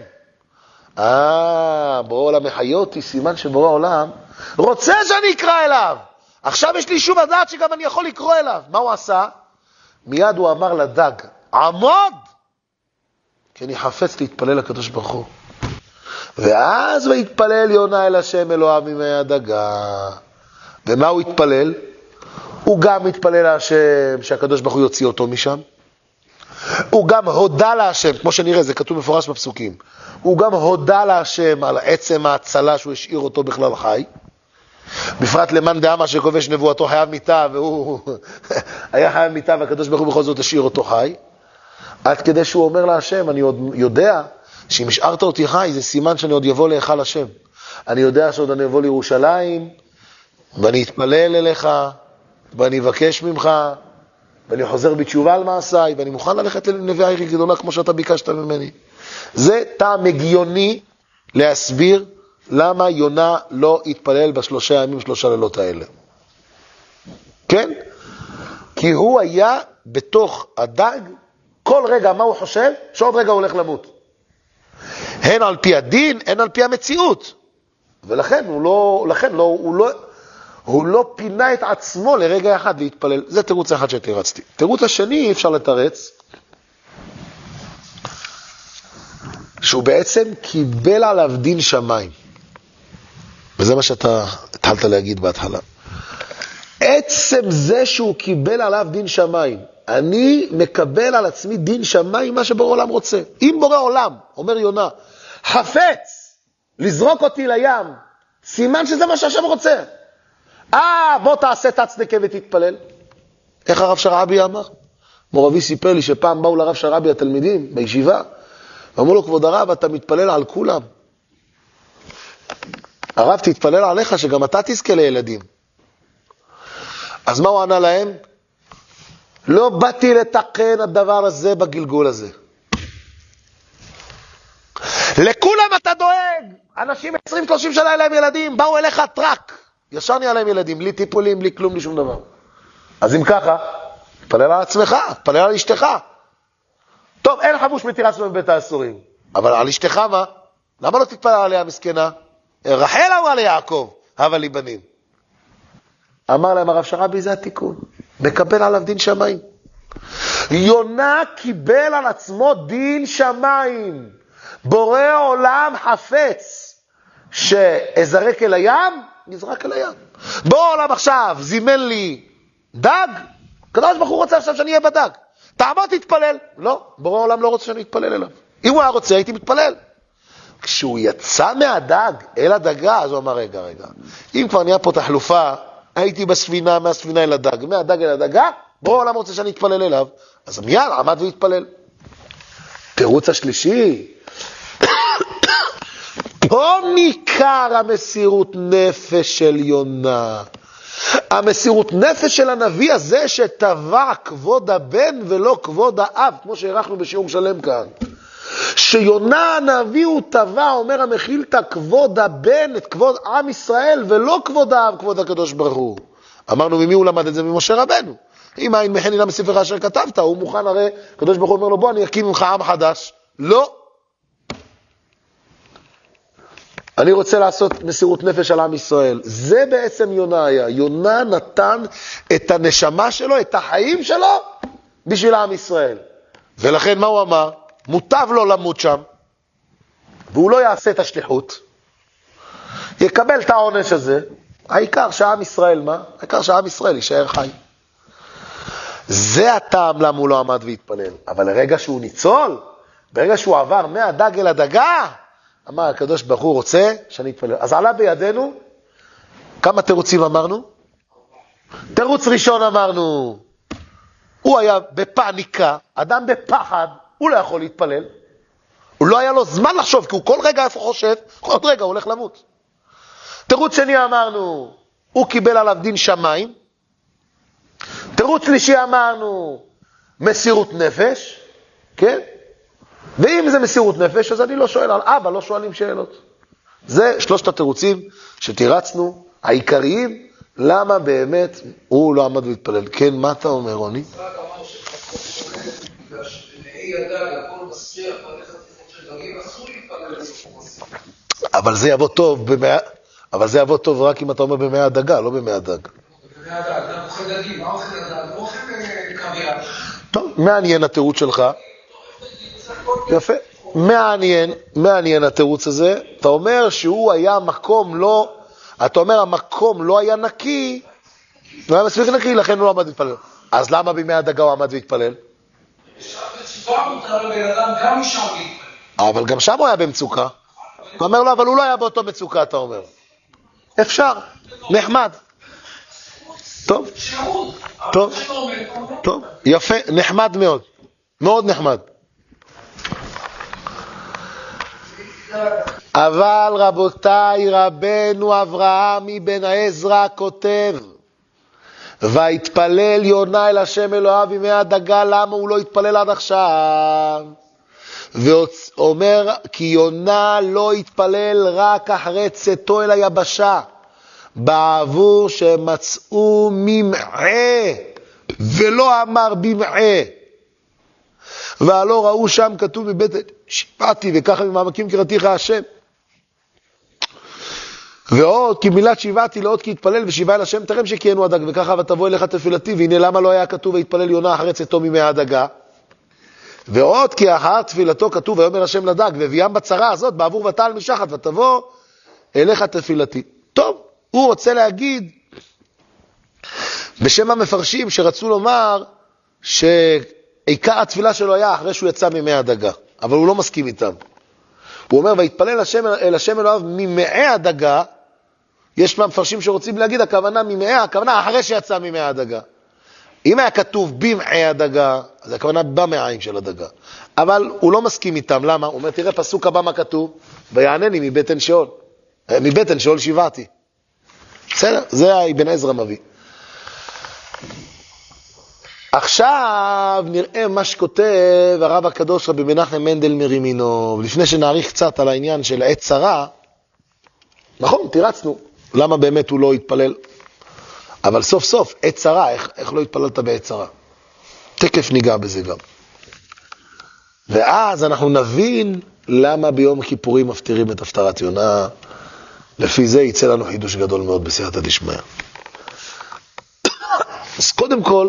בורא עולם מחיה אותי, סימן שבורא עולם רוצה שאני אקרא אליו. עכשיו יש לי שוב הדעת שגם אני יכול לקרוא אליו. מה הוא עשה? מיד הוא אמר לדג, עמוד! כי אני חפץ להתפלל לקדוש ברוך הוא. ואז הוא התפלל יונה אל השם אלוהיו מימי הדגה. ומה הוא התפלל? הוא גם התפלל להשם שהקדוש ברוך הוא יוציא אותו משם. הוא גם הודה להשם, כמו שנראה, זה כתוב מפורש בפסוקים. הוא גם הודה להשם על עצם ההצלה שהוא השאיר אותו בכלל חי. בפרט למאן דאמר שכובש נבואתו חייב מיתה, והוא היה חייב מיתה והקדוש ברוך הוא בכל זאת השאיר אותו חי. עד כדי שהוא אומר להשם, אני עוד יודע שאם השארת אותי חי, זה סימן שאני עוד יבוא להיכל השם. אני יודע שעוד אני אבוא לירושלים, ואני אתפלל אליך, ואני אבקש ממך, ואני חוזר בתשובה על מעשיי, ואני מוכן ללכת לנביאה עיר גדולה כמו שאתה ביקשת ממני. זה טעם הגיוני להסביר למה יונה לא התפלל ב3 ימים 3 לילות האלה. כן? כי הוא היה בתוך הדג, כל רגע מה הוא חושב? שעוד רגע הוא הולך למות. הן על פי הדין, הן על פי המציאות. ולכן הוא לא פינה את עצמו לרגע אחד להתפלל. זה תירוץ אחד שתרצתי. תירוץ השני אפשר לתרץ, שהוא בעצם קיבל עליו דין שמיים. וזה מה שאתה התחלת להגיד בהתחלה. עצם זה שהוא קיבל עליו דין שמיים. אני מקבל על עצמי דין שמיים מה שבורא עולם רוצה. אם בורא עולם, אומר יונה, חפץ לזרוק אותי לים, סימן שזה מה שהשם רוצה. בוא תעשה תצדקה ותתפלל. איך הרב שרעבי אמר? מורבי סיפר לי שפעם באו לרב שרעבי התלמידים בישיבה, ואמרו לו, כבוד הרב, אתה מתפלל על כולם. הרב תתפלל עליך שגם אתה תזכה לילדים. אז מה הוא ענה להם? לא באתי לתקן הדבר הזה בגלגול הזה. לכולם אתה דואג. אנשים 20-30 שנה אליהם ילדים, באו אליך טרק. ישר נהיה להם ילדים, בלי טיפולים, בלי כלום, בלי שום דבר. אז אם ככה, תפלל על עצמך, תפלל על אשתך. טוב, אין חבוש מתירס בבית האסורים. אבל על אשתך מה? למה לא תתפלל עליה מסכנה? רחל אמרה ליעקב, הבה לי בנים. אמר להם הרב שרעבי, זה התיקון. מקבל עליו דין שמיים. יונה קיבל על עצמו דין שמיים. בורא עולם חפץ שאזרק אל הים, נזרק אל הים. בורא עולם עכשיו זימן לי דג, הקדוש ברוך הוא רוצה עכשיו שאני אהיה בדג. תעמוד תתפלל. לא, בורא עולם לא רוצה שאני אתפלל אליו. אם הוא היה רוצה, הייתי מתפלל. כשהוא יצא מהדג אל הדגה, אז הוא אמר, רגע, אם כבר נהיה פה תחלופה, הייתי בספינה, מהספינה אל הדג, מהדג אל הדגה, בורא עולם רוצה שאני אתפלל אליו. אז מיד עמד והתפלל. תירוץ השלישי, פה ניכר המסירות נפש של יונה. המסירות נפש של הנביא הזה שטבע כבוד הבן ולא כבוד האב, כמו שהערכנו בשיעור שלם כאן. שיונה הנביא הוא טבע, אומר המחילתא, כבוד הבן, את כבוד עם ישראל, ולא כבוד האב, כבוד הקדוש ברוך הוא. אמרנו, ממי הוא למד את זה? ממשה רבנו. אם אין מחני לה מספרך אשר כתבת, הוא מוכן, הרי הקדוש ברוך הוא אומר לו, בוא אני אקים ממך עם חדש. לא. אני רוצה לעשות מסירות נפש על עם ישראל. זה בעצם יונה היה. יונה נתן את הנשמה שלו, את החיים שלו, בשביל עם ישראל. ולכן מה הוא אמר? מוטב לו למות שם, והוא לא יעשה את השליחות, יקבל את העונש הזה. העיקר שהעם ישראל, מה? העיקר שהעם ישראל יישאר חי. זה הטעם למה הוא לא עמד והתפלל. אבל לרגע שהוא ניצול, ברגע שהוא עבר מהדג אל הדגה, אמר הקדוש ברוך הוא רוצה שאני אתפלל. אז עלה בידינו, כמה תירוצים אמרנו? תירוץ ראשון אמרנו, הוא היה בפניקה, אדם בפחד, הוא לא יכול להתפלל. הוא לא היה לו זמן לחשוב, כי הוא כל רגע איפה חושב, עוד רגע הוא הולך למות. תירוץ שני אמרנו, הוא קיבל עליו דין שמיים. תירוץ שלישי אמרנו, מסירות נפש, כן? ואם זה מסירות נפש, אז אני לא שואל על אבא, לא שואלים שאלות. זה שלושת התירוצים שתירצנו, העיקריים, למה באמת הוא לא עמד והתפלל. כן, מה אתה אומר, רוני? אבל זה יבוא טוב אבל זה יבוא טוב רק אם אתה אומר במאה הדגה, לא במאה הדג. במאה הדג, גם אוכל דגים, מה אוכל הדג? לא אוכל קוויאר. טוב, מעניין התירוץ שלך. יפה. מעניין התירוץ הזה. אתה אומר שהוא היה מקום לא, אתה אומר המקום לא היה נקי, לא היה מספיק נקי, לכן הוא לא עמד להתפלל. אז למה במאה הדגה הוא עמד והתפלל? אבל גם שם הוא היה במצוקה. הוא אומר לו, אבל הוא לא היה באותו מצוקה, אתה אומר. אפשר, נחמד. טוב, יפה, נחמד מאוד. מאוד נחמד. אבל רבותיי, רבנו אברהם מבן עזרא כותב, והתפלל יונה אל השם אלוהיו בימי הדגה. למה הוא לא התפלל עד עכשיו? ואומר כי יונה לא התפלל רק אחרי צאתו אל היבשה, בעבור שמצאו ממעה, ולא אמר במעה. והלא ראו שם כתוב מבית שיבעתי וככה ממעמקים קראתיך השם. ועוד כי מילת שיבעתי לעוד כי התפלל ושיבע אל השם תרם שכיהנו הדג וככה ותבוא אליך תפילתי. והנה למה לא היה כתוב והתפלל יונה אחרי צאתו ממי הדגה? ועוד כי אחר תפילתו כתוב ויאמר השם לדג והביאם בצרה הזאת בעבור ותעל משחת ותבוא אליך תפילתי. טוב, הוא רוצה להגיד בשם המפרשים שרצו לומר שעיקר התפילה שלו היה אחרי שהוא יצא ממי הדגה, אבל הוא לא מסכים איתם. הוא אומר ויתפלל אל השם אלוהיו ממעי הדגה. יש מפרשים שרוצים להגיד הכוונה ממעי, הכוונה אחרי שיצא ממעי הדגה. אם היה כתוב במעי הדגה, אז הכוונה במעיים של הדגה. אבל הוא לא מסכים איתם. למה? הוא אומר, תראה פסוק הבא מה כתוב, ויענני מבטן שאול. מבטן שאול שיבעתי. בסדר? זה בן עזרא מביא. עכשיו נראה מה שכותב הרב הקדוש רבי מנחם מנדל מרימינוב. לפני שנעריך קצת על העניין של עת צרה, נכון, תירצנו למה באמת הוא לא התפלל. אבל סוף סוף, עת צרה, איך לא התפללת בעת צרה? תקף ניגע בזה גם. ואז אנחנו נבין למה ביום כיפורים מפטירים את הפטרת יונה. לפי זה יצא לנו חידוש גדול מאוד בסייעתא דשמיא. אז קודם כל,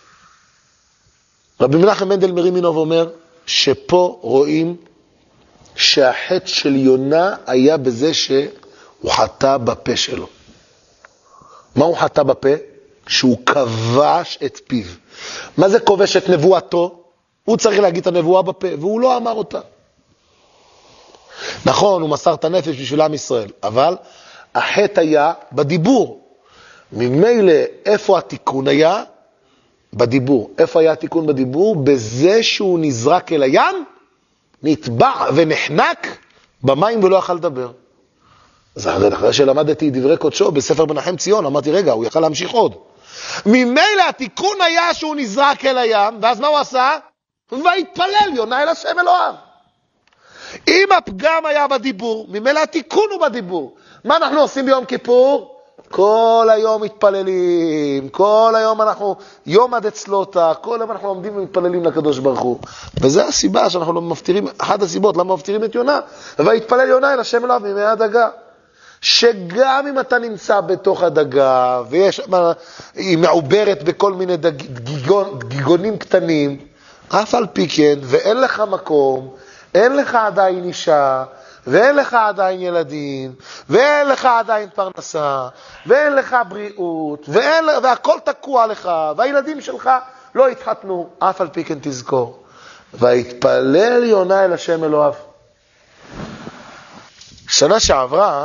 רבי מנחם מנדל מרימינוב אומר שפה רואים שהחטא של יונה היה בזה שהוא חטא בפה שלו. מה הוא חטא בפה? שהוא כבש את פיו. מה זה כובש את נבואתו? הוא צריך להגיד את הנבואה בפה, והוא לא אמר אותה. נכון, הוא מסר את הנפש בשביל עם ישראל, אבל החטא היה בדיבור. ממילא איפה התיקון היה? בדיבור. איפה היה התיקון בדיבור? בזה שהוא נזרק אל הים, נטבע ונחנק במים ולא יכל לדבר. אז אחרי שלמדתי דברי קודשו בספר מנחם ציון, אמרתי, רגע, הוא יכל להמשיך עוד. ממילא התיקון היה שהוא נזרק אל הים, ואז מה הוא עשה? והתפלל יונה אל השם אלוהיו. אם הפגם היה בדיבור, ממילא התיקון הוא בדיבור. מה אנחנו עושים ביום כיפור? כל היום מתפללים, כל היום אנחנו, יום עד אצלותה, כל היום אנחנו עומדים ומתפללים לקדוש ברוך הוא. וזו הסיבה שאנחנו לא מפתירים, אחת הסיבות למה מפתירים את יונה. והתפלל יונה אל השם אלוהיו מימי הדגה. שגם אם אתה נמצא בתוך הדגה, והיא מעוברת בכל מיני גיגונים קטנים, אף על פי כן, ואין לך מקום, אין לך עדיין אישה, ואין לך עדיין ילדים, ואין לך עדיין פרנסה, ואין לך בריאות, והכל תקוע לך, והילדים שלך לא התחתנו, אף על פי כן תזכור. והתפלל יונה אל השם אלוהיו. שנה שעברה,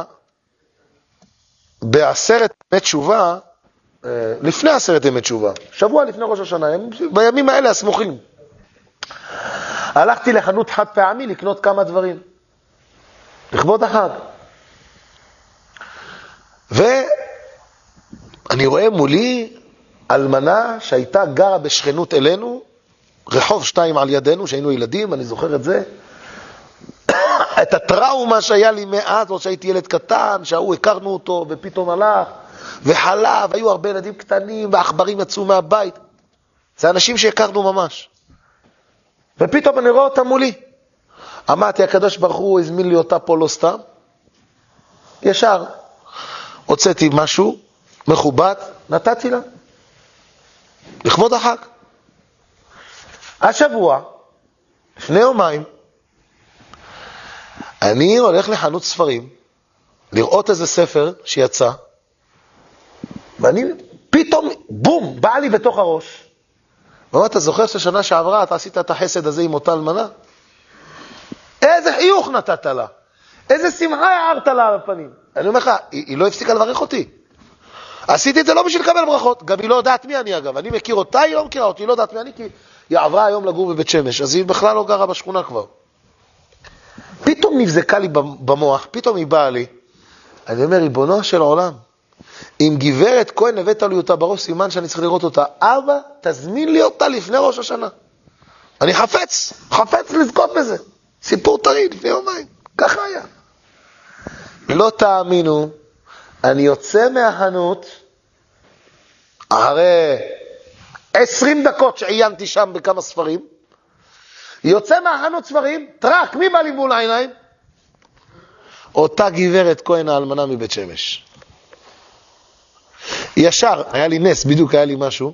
בעשרת ימי תשובה, לפני עשרת ימי תשובה, שבוע לפני ראש השנה, בימים האלה הסמוכים, הלכתי לחנות חד פעמי לקנות כמה דברים, לכבוד החג. ואני רואה מולי אלמנה שהייתה גרה בשכנות אלינו, רחוב 2 על ידינו, שהיינו ילדים, אני זוכר את זה. את הטראומה שהיה לי מאז, או שהייתי ילד קטן, שהוא הכרנו אותו, ופתאום הלך, וחלב, היו הרבה ילדים קטנים, והעכברים יצאו מהבית. זה אנשים שהכרנו ממש. ופתאום אני רואה אותם מולי. אמרתי, הקדוש ברוך הוא הזמין לי אותה פה לא סתם. ישר, הוצאתי משהו, מכובד, נתתי לה. לכבוד החג. השבוע, לפני יומיים, אני הולך לחנות ספרים, לראות איזה ספר שיצא, ואני פתאום, בום, בא לי בתוך הראש. ואומר, אתה זוכר ששנה שעברה אתה עשית את החסד הזה עם אותה אלמנה? איזה חיוך נתת לה, איזה שמחה הערת לה על הפנים. אני אומר לך, היא לא הפסיקה לברך אותי. עשיתי את זה לא בשביל לקבל ברכות, גם היא לא יודעת מי אני אגב. אני מכיר אותה, היא לא מכירה אותי, היא לא יודעת מי אני, כי היא עברה היום לגור בבית שמש, אז היא בכלל לא גרה בשכונה כבר. פתאום נבזקה לי במוח, פתאום היא באה לי. אני אומר, ריבונו של העולם, אם גברת כהן הבאת לי אותה בראש, סימן שאני צריך לראות אותה. אבא, תזמין לי אותה לפני ראש השנה. אני חפץ לזכות בזה. סיפור טרי לפני יומיים, ככה היה. לא תאמינו, אני יוצא מהחנות, אחרי 20 דקות שעיינתי שם בכמה ספרים, יוצא מהחנות ספרים, טרק, מי בא לי מול העיניים? אותה גברת כהן האלמנה מבית שמש. ישר, היה לי נס, בדיוק היה לי משהו.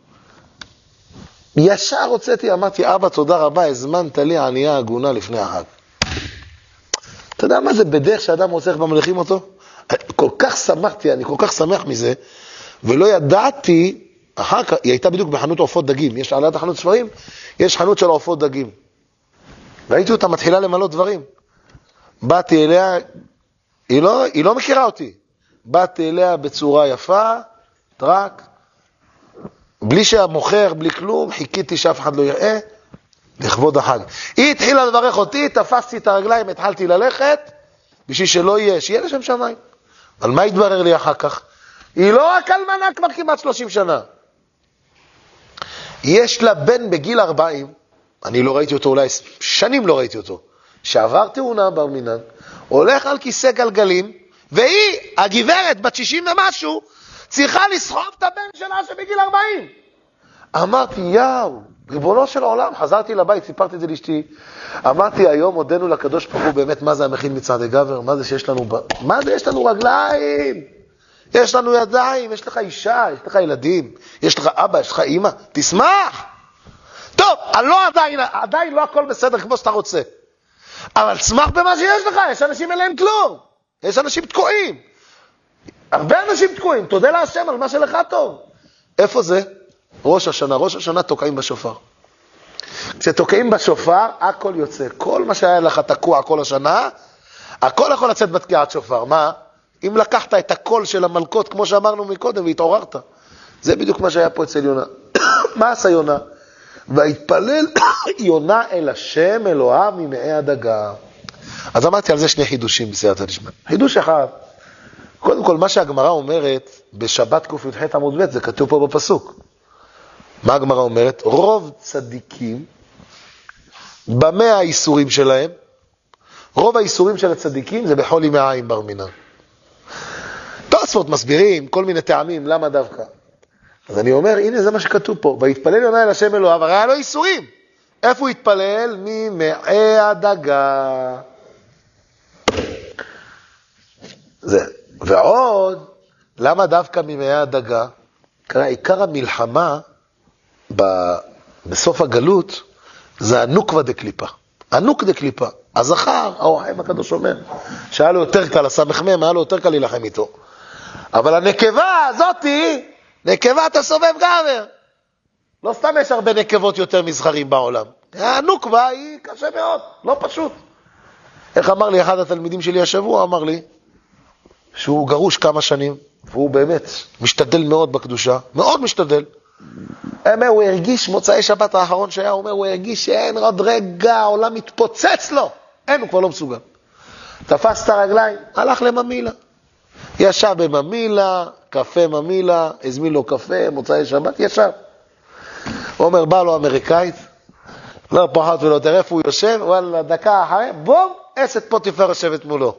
ישר הוצאתי, אמרתי, אבא, תודה רבה, הזמנת לי ענייה הגונה לפני החג. אתה יודע מה זה בדרך שאדם רוצה במלכים אותו? כל כך שמחתי, אני כל כך שמח מזה, ולא ידעתי, אחר כך, היא הייתה בדיוק בחנות עופות דגים, יש עליית החנות ספרים, יש חנות של עופות דגים. ראיתי אותה מתחילה למלא דברים. באתי אליה, היא לא מכירה אותי. באתי אליה בצורה יפה, טרק, בלי שהמוכר, בלי כלום, חיכיתי שאף אחד לא יראה, לכבוד החג. היא התחילה לברך אותי, תפסתי את הרגליים, התחלתי ללכת, בשביל שלא יהיה, שיהיה לשם שמיים. אבל מה התברר לי אחר כך? היא לא רק אלמנה כבר כמעט 30 שנה. יש לה בן בגיל 40, אני לא ראיתי אותו, אולי שנים לא ראיתי אותו, שעבר תאונה בר מינן, הולך על כיסא גלגלים, והיא, הגברת בת 60 ומשהו, צריכה לסחוב את הבן שלה שבגיל 40. אמרתי, יאו, ריבונו של העולם, חזרתי לבית, סיפרתי את זה לאשתי, אמרתי, היום הודנו לקדוש ברוך הוא באמת מה זה המכין מצעדי גבר, מה זה שיש לנו, מה זה יש לנו רגליים, יש לנו ידיים, יש לך אישה, יש לך ילדים, יש לך אבא, יש לך אמא, תשמח. טוב, לא עדיין לא הכל בסדר כמו שאתה רוצה. אבל צמח במה שיש לך, יש אנשים אין להם כלום. יש אנשים תקועים. הרבה אנשים תקועים, תודה להשם על מה שלך טוב. איפה זה? ראש השנה. ראש השנה תוקעים בשופר. כשתוקעים בשופר, הכל יוצא. כל מה שהיה לך תקוע כל השנה, הכל יכול לצאת בתקיעת שופר. מה? אם לקחת את הקול של המלכות, כמו שאמרנו מקודם, והתעוררת. זה בדיוק מה שהיה פה אצל יונה. מה עשה יונה? והתפלל יונה אל השם אלוהיו ממעי הדגה. אז אמרתי על זה שני חידושים בסייעתא דשמיא. חידוש אחד, קודם כל מה שהגמרא אומרת בשבת קי"ח עמוד ב', זה כתוב פה בפסוק. מה הגמרא אומרת? רוב צדיקים, במה האיסורים שלהם? רוב האיסורים של הצדיקים זה בכל ימי העין בר מינן. תוספות מסבירים כל מיני טעמים, למה דווקא? אז אני אומר, הנה זה מה שכתוב פה, והתפלל יונה אל השם אלוהיו, הרי היה לו איסורים. איפה הוא התפלל? ממעי הדגה. זה. ועוד, למה דווקא ממעי הדגה? קרא, עיקר המלחמה בסוף הגלות, זה הנוקבה דקליפה. הנוק דקליפה. הזכר, האורחים הקדוש אומר, שהיה לו יותר קל, הסמ"ם, היה לו יותר קל להילחם איתו. אבל הנקבה הזאתי, נקבה אתה סובב גבר. לא סתם יש הרבה נקבות יותר מזכרים בעולם. הנוקבה היא קשה מאוד, לא פשוט. איך אמר לי אחד התלמידים שלי השבוע, אמר לי, שהוא גרוש כמה שנים, והוא באמת משתדל מאוד בקדושה, מאוד משתדל. הוא הרגיש, מוצאי שבת האחרון שהיה, הוא הרגיש שאין עוד רגע, העולם מתפוצץ לו. אין, הוא כבר לא מסוגל. תפס את הרגליים, הלך לממילה. ישב בממילה, קפה ממילה, הזמין לו קפה, מוצאי שבת, ישב. הוא אומר, בא לו אמריקאית, לא פחות ולא תראה איפה הוא יושב, וואלה, דקה אחרי, בום, אשת פוטיפר יושבת מולו.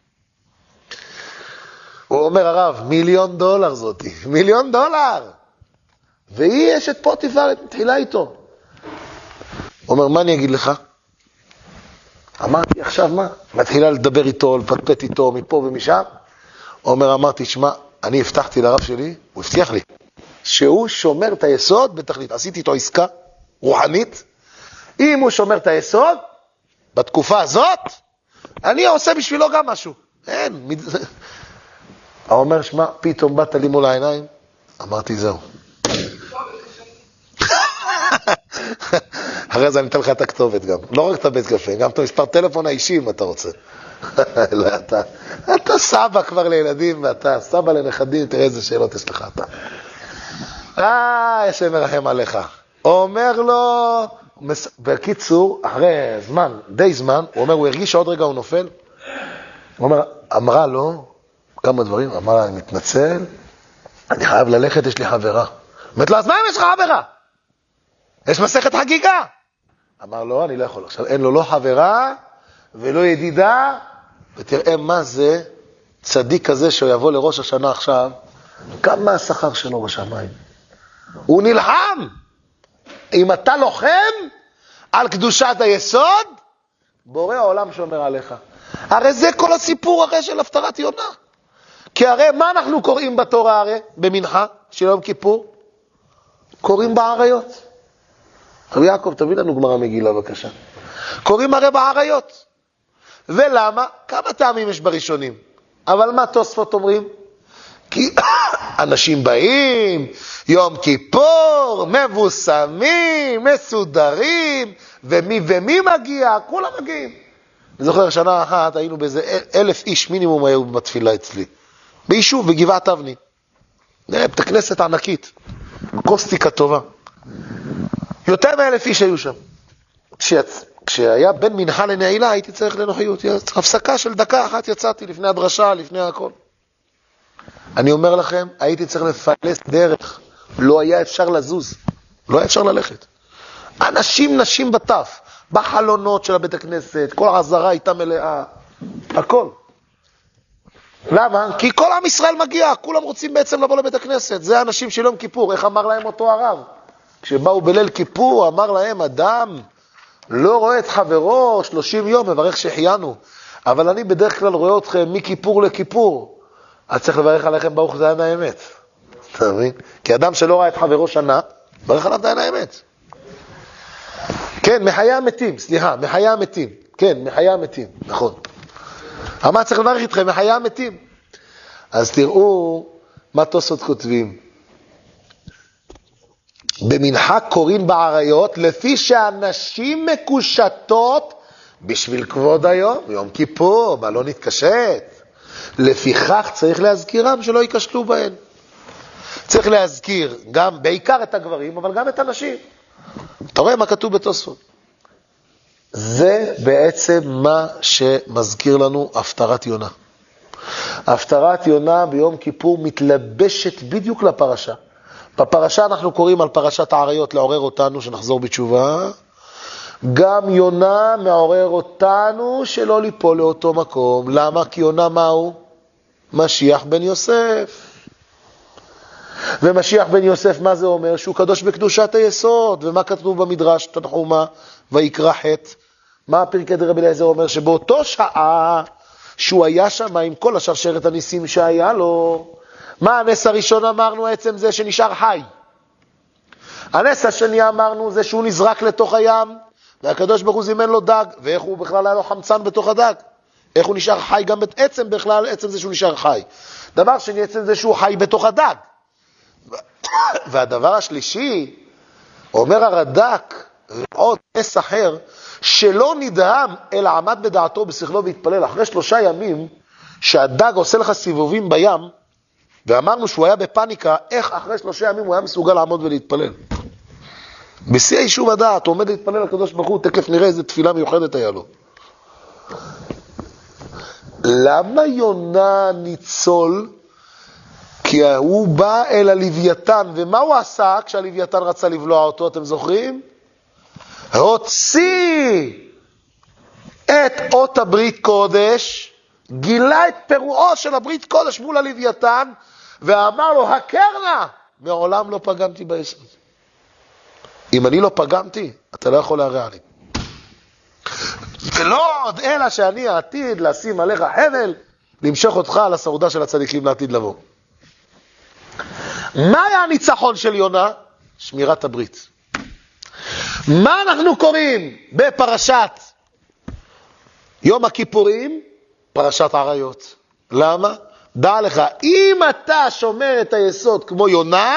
הוא אומר, הרב, $1,000,000 זאתי, $1,000,000. והיא אשת פוטיפר, מתחילה איתו. הוא אומר, מה אני אגיד לך? אמרתי, עכשיו מה? מתחילה לדבר איתו, לפטפט איתו, מפה ומשם. הוא אומר, אמרתי, שמע, אני הבטחתי לרב שלי, הוא הבטיח לי, שהוא שומר את היסוד בתכלית. עשיתי איתו עסקה רוחנית. אם הוא שומר את היסוד, בתקופה הזאת, אני עושה בשבילו גם משהו. אין. הוא אומר, שמע, פתאום באת לי מול העיניים. אמרתי, זהו. אחרי זה אני אתן לך את הכתובת גם. לא רק את הבית קפה, גם את המספר טלפון האישי אם אתה רוצה. לא, אתה סבא כבר לילדים, ואתה סבא לנכדים, תראה איזה שאלות יש לך אתה. השם מרחם עליך. אומר לו, בקיצור, אחרי זמן, די זמן, הוא אומר, הוא הרגיש שעוד רגע הוא נופל. הוא אומר, אמרה לו, כמה דברים, אמרה, אני מתנצל, אני חייב ללכת, יש לי חברה. אומרת לו, אז מה אם יש לך חברה? יש מסכת חגיגה. אמר לו, אני לא יכול. עכשיו, אין לו לא חברה ולא ידידה, ותראה מה זה צדיק כזה שהוא יבוא לראש השנה עכשיו, כמה השכר שלו בשמיים. הוא נלחם. אם אתה לוחם על קדושת היסוד, בורא העולם שומר עליך. הרי זה כל הסיפור הרי של הפטרת יונה. כי הרי מה אנחנו קוראים בתורה הרי, במנחה, של יום כיפור? קוראים בעריות. רבי יעקב, תביא לנו גמרא מגילה בבקשה. קוראים הרי בעריות. ולמה? כמה טעמים יש בראשונים. אבל מה תוספות אומרים? כי אנשים באים, יום כיפור, מבוסמים, מסודרים, ומי מגיע? כולם מגיעים. אני זוכר, שנה אחת היינו באיזה 1,000 איש מינימום היו בתפילה אצלי. ביישוב, בגבעת אבני. בית הכנסת ענקית. קוסטיקה טובה. יותר מ1,000 איש היו שם. כשהיה בין מנחה לנעילה, הייתי צריך לנוחיות. הפסקה של דקה אחת יצאתי לפני הדרשה, לפני הכל. אני אומר לכם, הייתי צריך לפלס דרך. לא היה אפשר לזוז. לא היה אפשר ללכת. אנשים, נשים בטף, בחלונות של הבית הכנסת, כל העזרה הייתה מלאה. הכל. למה? כי כל עם ישראל מגיע, כולם רוצים בעצם לבוא לבית הכנסת. זה האנשים של יום כיפור. איך אמר להם אותו הרב? כשבאו בליל כיפור, אמר להם, אדם לא רואה את חברו 30 יום, מברך שהחיינו. אבל אני בדרך כלל רואה אתכם מכיפור לכיפור. אז צריך לברך עליכם ברוך דיין האמת. אתה מבין? כי אדם שלא ראה את חברו שנה, מברך עליו דיין האמת. כן, מחיי המתים, סליחה, מחיי המתים. כן, מחיי המתים, נכון. מה צריך לברך איתכם? מחיי המתים. אז תראו מה תוספות כותבים. במנחה קוראים בעריות, לפי שהנשים מקושטות בשביל כבוד היום, יום כיפור, מה לא נתקשט. לפיכך צריך להזכירם שלא יקשטו בהן. צריך להזכיר גם, בעיקר את הגברים, אבל גם את הנשים. אתה רואה מה כתוב בתוספות? זה בעצם מה שמזכיר לנו הפטרת יונה. הפטרת יונה ביום כיפור מתלבשת בדיוק לפרשה. בפרשה אנחנו קוראים על פרשת העריות לעורר אותנו שנחזור בתשובה. גם יונה מעורר אותנו שלא ליפול לאותו מקום. למה? כי יונה מהו? משיח בן יוסף. ומשיח בן יוסף, מה זה אומר? שהוא קדוש בקדושת היסוד. ומה כתוב במדרש תנחומה? ויקרא חטא. מה פרקי דרבי אליעזר אומר? שבאותו שעה שהוא היה שם עם כל השרשרת הניסים שהיה לו, מה הנס הראשון אמרנו? עצם זה שנשאר חי. הנס השני אמרנו זה שהוא נזרק לתוך הים, והקדוש ברוך הוא זימן לו דג, ואיך הוא בכלל היה לו חמצן בתוך הדג? איך הוא נשאר חי גם בעצם בכלל, עצם זה שהוא נשאר חי. דבר שני, עצם זה שהוא חי בתוך הדג. והדבר השלישי, אומר הרד"ק, עוד נס אחר, שלא נדהם אלא עמד בדעתו בשכלו והתפלל. אחרי 3 ימים שהדג עושה לך סיבובים בים, ואמרנו שהוא היה בפניקה, איך אחרי 3 ימים הוא היה מסוגל לעמוד ולהתפלל? בשיא היישוב הדעת, הוא עומד להתפלל לקדוש ברוך הוא, תכף נראה איזה תפילה מיוחדת היה לו. למה יונה ניצול? כי הוא בא אל הלוויתן, ומה הוא עשה כשהלוויתן רצה לבלוע אותו, אתם זוכרים? הוציא את אות הברית קודש, גילה את פירועו של הברית קודש מול הלוויתן, ואמר לו, הקרנה, מעולם לא פגמתי ביסוד. אם אני לא פגמתי, אתה לא יכול להרע לי. ולא עוד אלא שאני העתיד לשים עליך חבל, למשוך אותך על הסעודה של הצדיקים לעתיד לבוא. מה היה הניצחון של יונה? שמירת הברית. מה אנחנו קוראים בפרשת יום הכיפורים? פרשת העריות. למה? דע לך, אם אתה שומר את היסוד כמו יונה,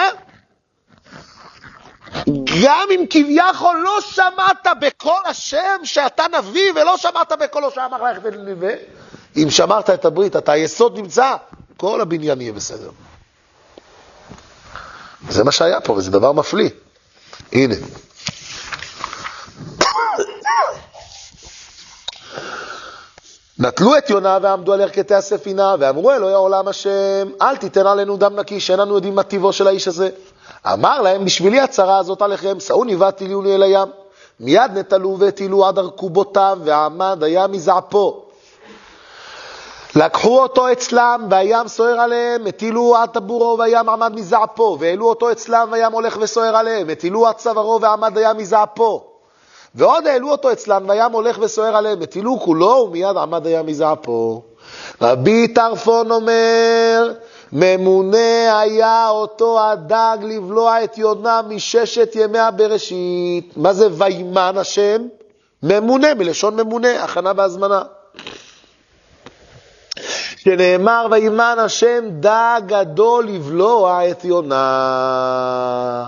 גם אם כביכול לא שמעת בקול השם שאתה נביא, ולא שמעת בקולו שאמר לך ונביא, אם שמרת את הברית, אתה היסוד נמצא, כל הבניין יהיה בסדר. זה מה שהיה פה, וזה דבר מפליא. הנה. נטלו את יונה ועמדו על ערכתי הספינה, ואמרו אלוהי העולם השם, אל תיתן עלינו דם נקי, שאיננו יודעים מה טיבו של האיש הזה. אמר להם, בשבילי הצרה הזאת עליכם, שאוני ותילוני אל הים. מיד נטלו והטילו עד ארכובותיו, ועמד הים מזעפו. לקחו אותו אצלם, והים סוער עליהם, הטילו עד טבורו, והים עמד מזעפו. והעלו אותו אצלם, והים הולך וסוער עליהם, הטילו עד צווארו, ועמד הים מזעפו. ועוד העלו אותו אצלם, והים הולך וסוער עליהם, הטילו כולו, ומיד עמד הים מזעפו. רבי טרפון אומר, ממונה היה אותו הדג לבלוע את יונה מ6 ימי הבראשית. מה זה וימן השם? ממונה, מלשון ממונה, הכנה והזמנה. שנאמר וימן השם דג גדול לבלוע את יונה.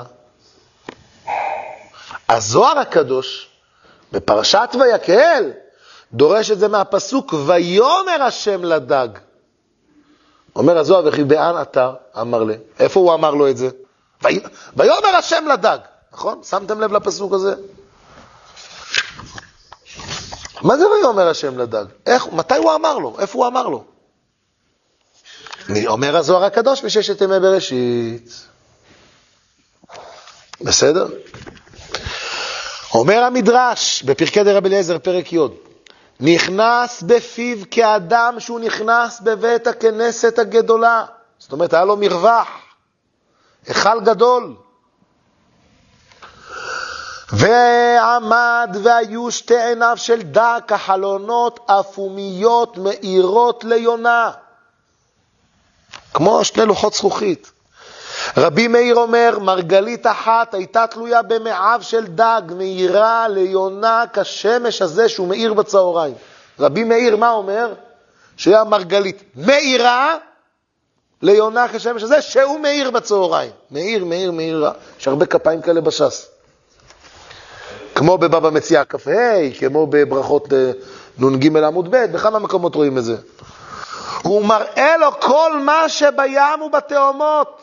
הזוהר הקדוש בפרשת ויקהל דורש את זה מהפסוק ויאמר השם לדג. אומר הזוהר וכי באן אתר אמר לי. איפה הוא אמר לו את זה? ויאמר השם לדג. נכון? שמתם לב לפסוק הזה? מה זה ויאמר השם לדג? מתי הוא אמר לו? איפה הוא אמר לו? אומר הזוהר הקדוש ב6 ימי בראשית. בסדר? אומר המדרש בפרקי דרבי אליעזר פרק י' נכנס בפיו כאדם שהוא נכנס בבית הכנסת הגדולה. זאת אומרת, היה לו מרווח, היכל גדול. ועמד והיו 2 עיניו של דג כחלונות אפומיות מאירות ליונה. כמו 2 לוחות זכוכית. רבי מאיר אומר, מרגלית אחת הייתה תלויה במעיו של דג, מאירה ליונה כשמש הזה שהוא מאיר בצהריים. רבי מאיר מה אומר? שהיה מרגלית מאירה ליונה כשמש הזה שהוא מאיר בצהריים. מאיר. יש הרבה כפיים כאלה בש"ס. כמו בבבא מציעא כ"ה, כמו בברכות נ"ג עמוד ב', בכמה מקומות רואים את זה. הוא מראה לו כל מה שבים ובתאומות.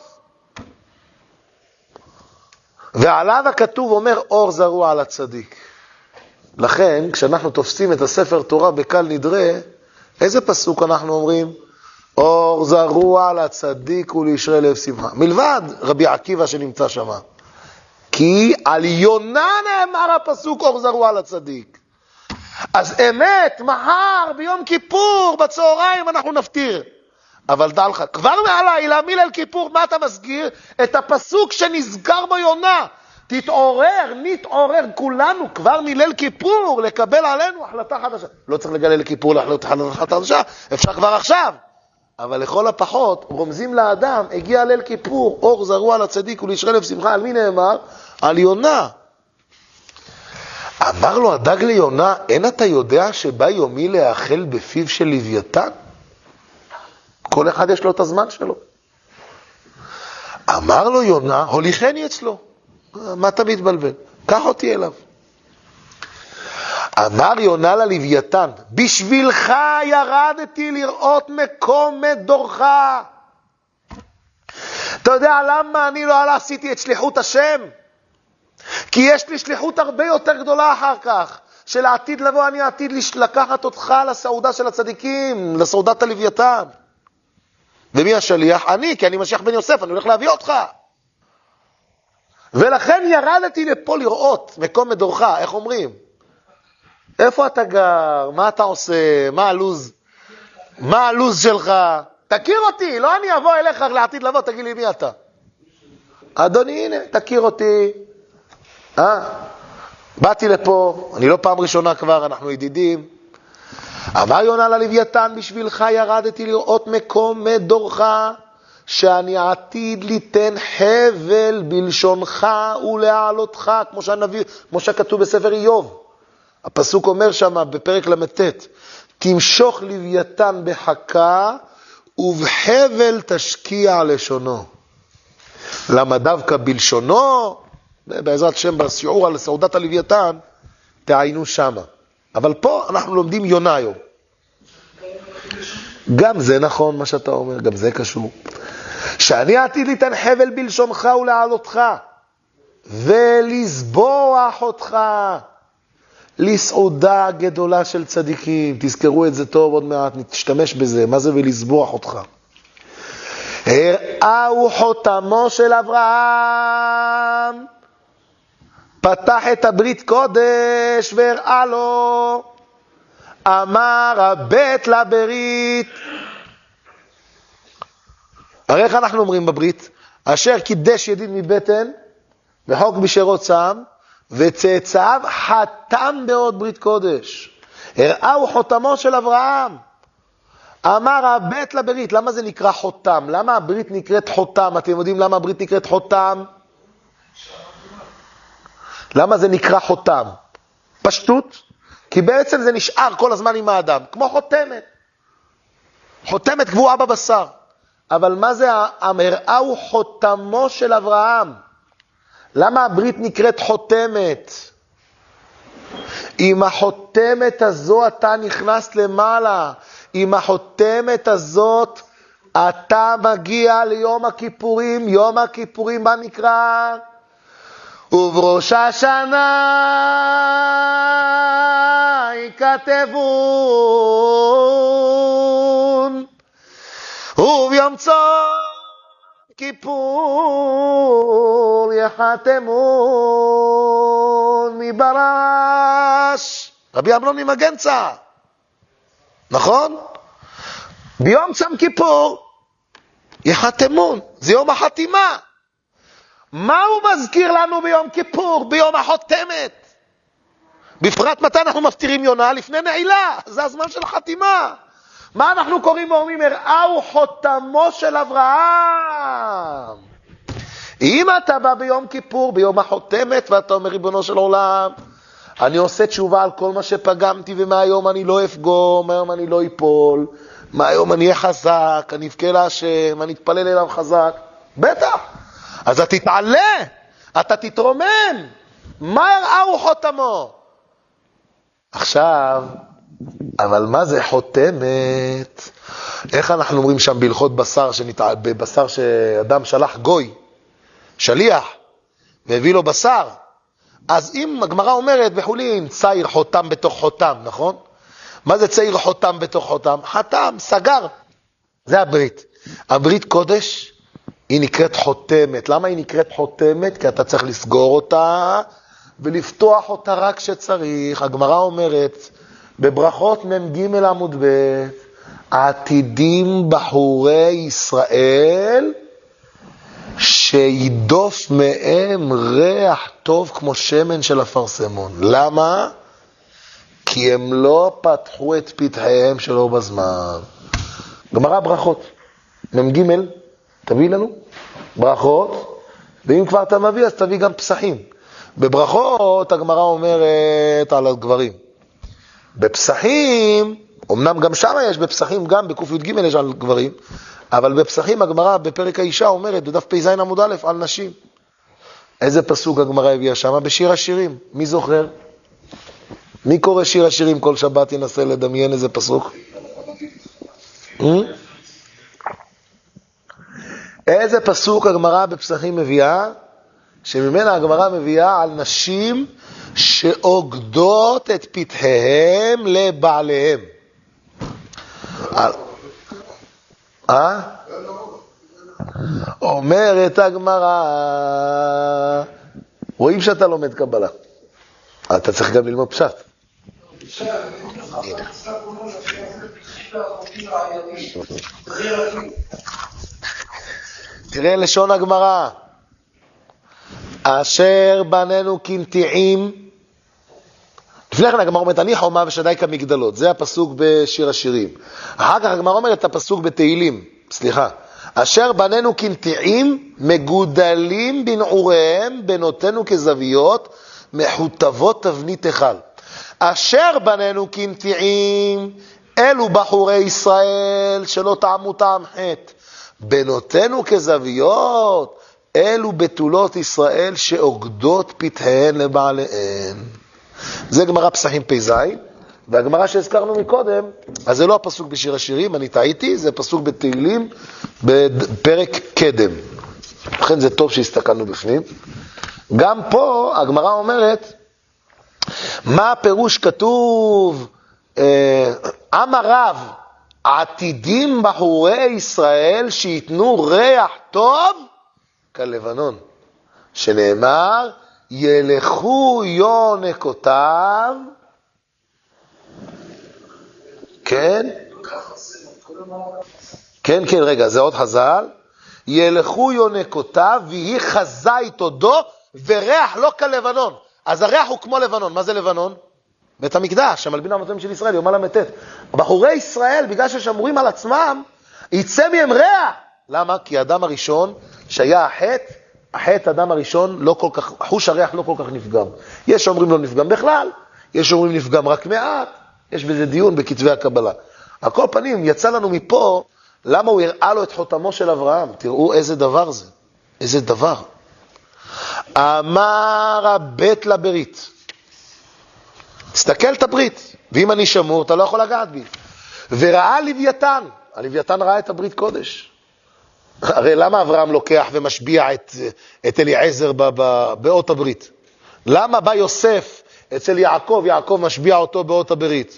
ועליו הכתוב אומר, אור זרוע על הצדיק. לכן, כשאנחנו תופסים את הספר תורה בקל נדרה, איזה פסוק אנחנו אומרים? אור זרוע על הצדיק ולישרי לב שמחה. מלבד רבי עקיבא שנמצא שם. כי על יונה נאמר הפסוק אור זרוע על הצדיק. אז אמת, מחר, ביום כיפור, בצהריים אנחנו נפטיר. אבל דע לך, כבר מהלילה, מליל כיפור, מה אתה מסגיר? את הפסוק שנזכר בו יונה. נתעורר כולנו כבר מליל כיפור לקבל עלינו החלטה חדשה. לא צריך לגלל לכיפור להחלטה חדשה, אפשר כבר עכשיו. אבל לכל הפחות, רומזים לאדם, הגיע ליל כיפור, אור זרוע על הצדיק ולישרי לב שמחה. על מי נאמר? על יונה. אמר לו הדג ליונה, אין אתה יודע שבא יומי להאכל בפיו של לוויתן? כל אחד יש לו את הזמן שלו. אמר לו יונה, הוליכני אצלו. מה אתה מתבלבל? קח אותי אליו. אמר יונה ללוויתן, בשבילך ירדתי לראות מקום מדורך. אתה יודע למה אני לא עשיתי את שליחות השם? כי יש לי שליחות הרבה יותר גדולה אחר כך, שלעתיד לבוא אני עתיד לקחת אותך לסעודה של הצדיקים, לסעודת הלוויתן. ומי השליח? אני, כי אני משיח בן יוסף, אני הולך להביא אותך. ולכן ירדתי לפה לראות מקום מדורך. איך אומרים? איפה אתה גר? מה אתה עושה? מה הלוז? מה הלוז שלך? תכיר אותי, לא אני אבוא אליך לעתיד לבוא, תגיד לי מי אתה. אדוני, הנה, תכיר אותי. באתי לפה, אני לא פעם ראשונה כבר, אנחנו ידידים. אמר יונה ללוויתן, בשבילך ירדתי לראות מקום מדורך, שאני עתיד ליתן חבל בלשונך ולהעלותך, כמו שכתוב בספר איוב. הפסוק אומר שם בפרק למתת, תמשוך לוויתן בחכה ובחבל תשקיע לשונו. למה דווקא בלשונו? בעזרת שם בשיעור על סעודת הלוויתן, תעיינו שמה. אבל פה אנחנו לומדים יונה היום. גם זה נכון מה שאתה אומר, גם זה קשור. שאני עתיד ליתן חבל בלשונך ולהעלותך, ולסבוח אותך לסעודה גדולה של צדיקים. תזכרו את זה טוב, עוד מעט נשתמש בזה. מה זה ולסבוח אותך? הראהו חותמו של אברהם, פתח את הברית קודש והראה לו, אמר הבט לברית. הרי איך אנחנו אומרים בברית? אשר קידש ידיד מבטן וחוק בשרו צם, וצאצאיו חתם בעוד ברית קודש. הראהו חותמו של אברהם, אמר הבט לברית. למה זה נקרא חותם? למה הברית נקראת חותם? אתם יודעים למה הברית נקראת חותם? למה זה נקרא חותם? פשטות, כי בעצם זה נשאר כל הזמן עם האדם, כמו חותמת. חותמת קבועה בבשר. אבל מה זה הראהו חותמו של אברהם? למה הברית נקראת חותמת? עם החותמת הזו אתה נכנס למעלה. עם החותמת הזאת אתה מגיע ליום הכיפורים. יום הכיפורים מה נקרא? ובראש השנה יכתבון, וביום צום כיפור יחתמון מברש. רבי אמנון ממגנצה, נכון? ביום צום כיפור יחתמון, זה יום החתימה. מה הוא מזכיר לנו ביום כיפור, ביום החותמת? בפרט מתי אנחנו מפטירים יונה? לפני נעילה, זה הזמן של החתימה. מה אנחנו קוראים ואומרים? הראהו חותמו של אברהם. אם אתה בא ביום כיפור, ביום החותמת, ואתה אומר, ריבונו של עולם, אני עושה תשובה על כל מה שפגמתי, ומהיום אני לא אפגום, מהיום אני לא אפול, מהיום אני אהיה חזק, אני אבכה להשם, אני אתפלל אליו חזק. בטח. אז אתה תתעלה, אתה תתרומם. מה הראו חותמו? עכשיו, אבל מה זה חותמת? איך אנחנו אומרים שם בהלכות בשר שאדם שלח גוי, שליח, והביא לו בשר? אז אם הגמרא אומרת בחולין, צעיר חותם בתוך חותם, נכון? מה זה צעיר חותם בתוך חותם? חתם, סגר. זה הברית. הברית קודש היא נקראת חותמת. למה היא נקראת חותמת? כי אתה צריך לסגור אותה ולפתוח אותה רק שצריך. הגמרא אומרת, בברכות מ"ג עמוד ב', עתידים בחורי ישראל שידוף מהם ריח טוב כמו שמן של אפרסמון. למה? כי הם לא פתחו את פתחיהם שלא בזמן. גמרא ברכות. מ"ג, תביא לנו ברכות, ואם כבר אתה מביא אז תביא גם פסחים. בברכות הגמרא אומרת על הגברים. בפסחים, אמנם גם שם יש בפסחים, גם בקוף י"ג יש על גברים, אבל בפסחים הגמרא בפרק האישה אומרת, בדף פ"ז עמוד א', על נשים. איזה פסוק הגמרא הביאה שם? בשיר השירים. מי זוכר? מי קורא שיר השירים כל שבת? ינסה לדמיין איזה פסוק. איזה פסוק הגמרא בפסחים מביאה? שממנה הגמרא מביאה על נשים שאוגדות את פתחיהם לבעליהם. אומרת הגמרא, רואים שאתה לומד קבלה, אתה צריך גם ללמוד פשט. תראה לשון הגמרא, אשר בנינו כנטיעים. לפני כן הגמרא אומרת, אני חומה ושדי כמגדלות. זה הפסוק בשיר השירים. אחר כך הגמרא אומרת את הפסוק בתהילים. סליחה. אשר בנינו כנטיעים, מגודלים בנעוריהם, בנותינו כזוויות, מחוטבות תבנית אחד. אשר בנינו כנטיעים, אלו בחורי ישראל שלא טעמו טעם חטא. בנותינו כזוויות, אלו בתולות ישראל שאוגדות פתחיהן לבעליהן. זה גמרא פסחים פ"ז, והגמרא שהזכרנו מקודם, אז זה לא הפסוק בשיר השירים, אני טעיתי, זה פסוק בתהילים בפרק קדם. לכן זה טוב שהסתכלנו בפנים. גם פה הגמרא אומרת, מה הפירוש כתוב? עם הרב, עתידים בחורי ישראל שיתנו ריח טוב כלבנון, שנאמר, ילכו יונקותיו, כן? כן, כן, רגע, זה עוד חז"ל. ילכו יונקותיו, ויהי חזה איתו דו, וריח לא כלבנון. אז הריח הוא כמו לבנון. מה זה לבנון? בית המקדש, המלבין המתאים של ישראל, יום הל"ט. בחורי ישראל, בגלל ששמורים על עצמם, יצא מהם ריח. למה? כי האדם הראשון שהיה החטא האדם הראשון לא כל כך, חוש הריח לא כל כך נפגם. יש שאומרים לא נפגם בכלל, יש שאומרים נפגם רק מעט, יש בזה דיון בכתבי הקבלה. על כל פנים, יצא לנו מפה, למה הוא הראה לו את חותמו של אברהם? תראו איזה דבר זה, איזה דבר. אמר הבית לברית, תסתכל את הברית, ואם אני שמור, אתה לא יכול לגעת בי. וראה לוויתן, הלוויתן ראה את הברית קודש. הרי למה אברהם לוקח ומשביע את אליעזר באות הברית? למה בא יוסף אצל יעקב, יעקב משביע אותו באות הברית?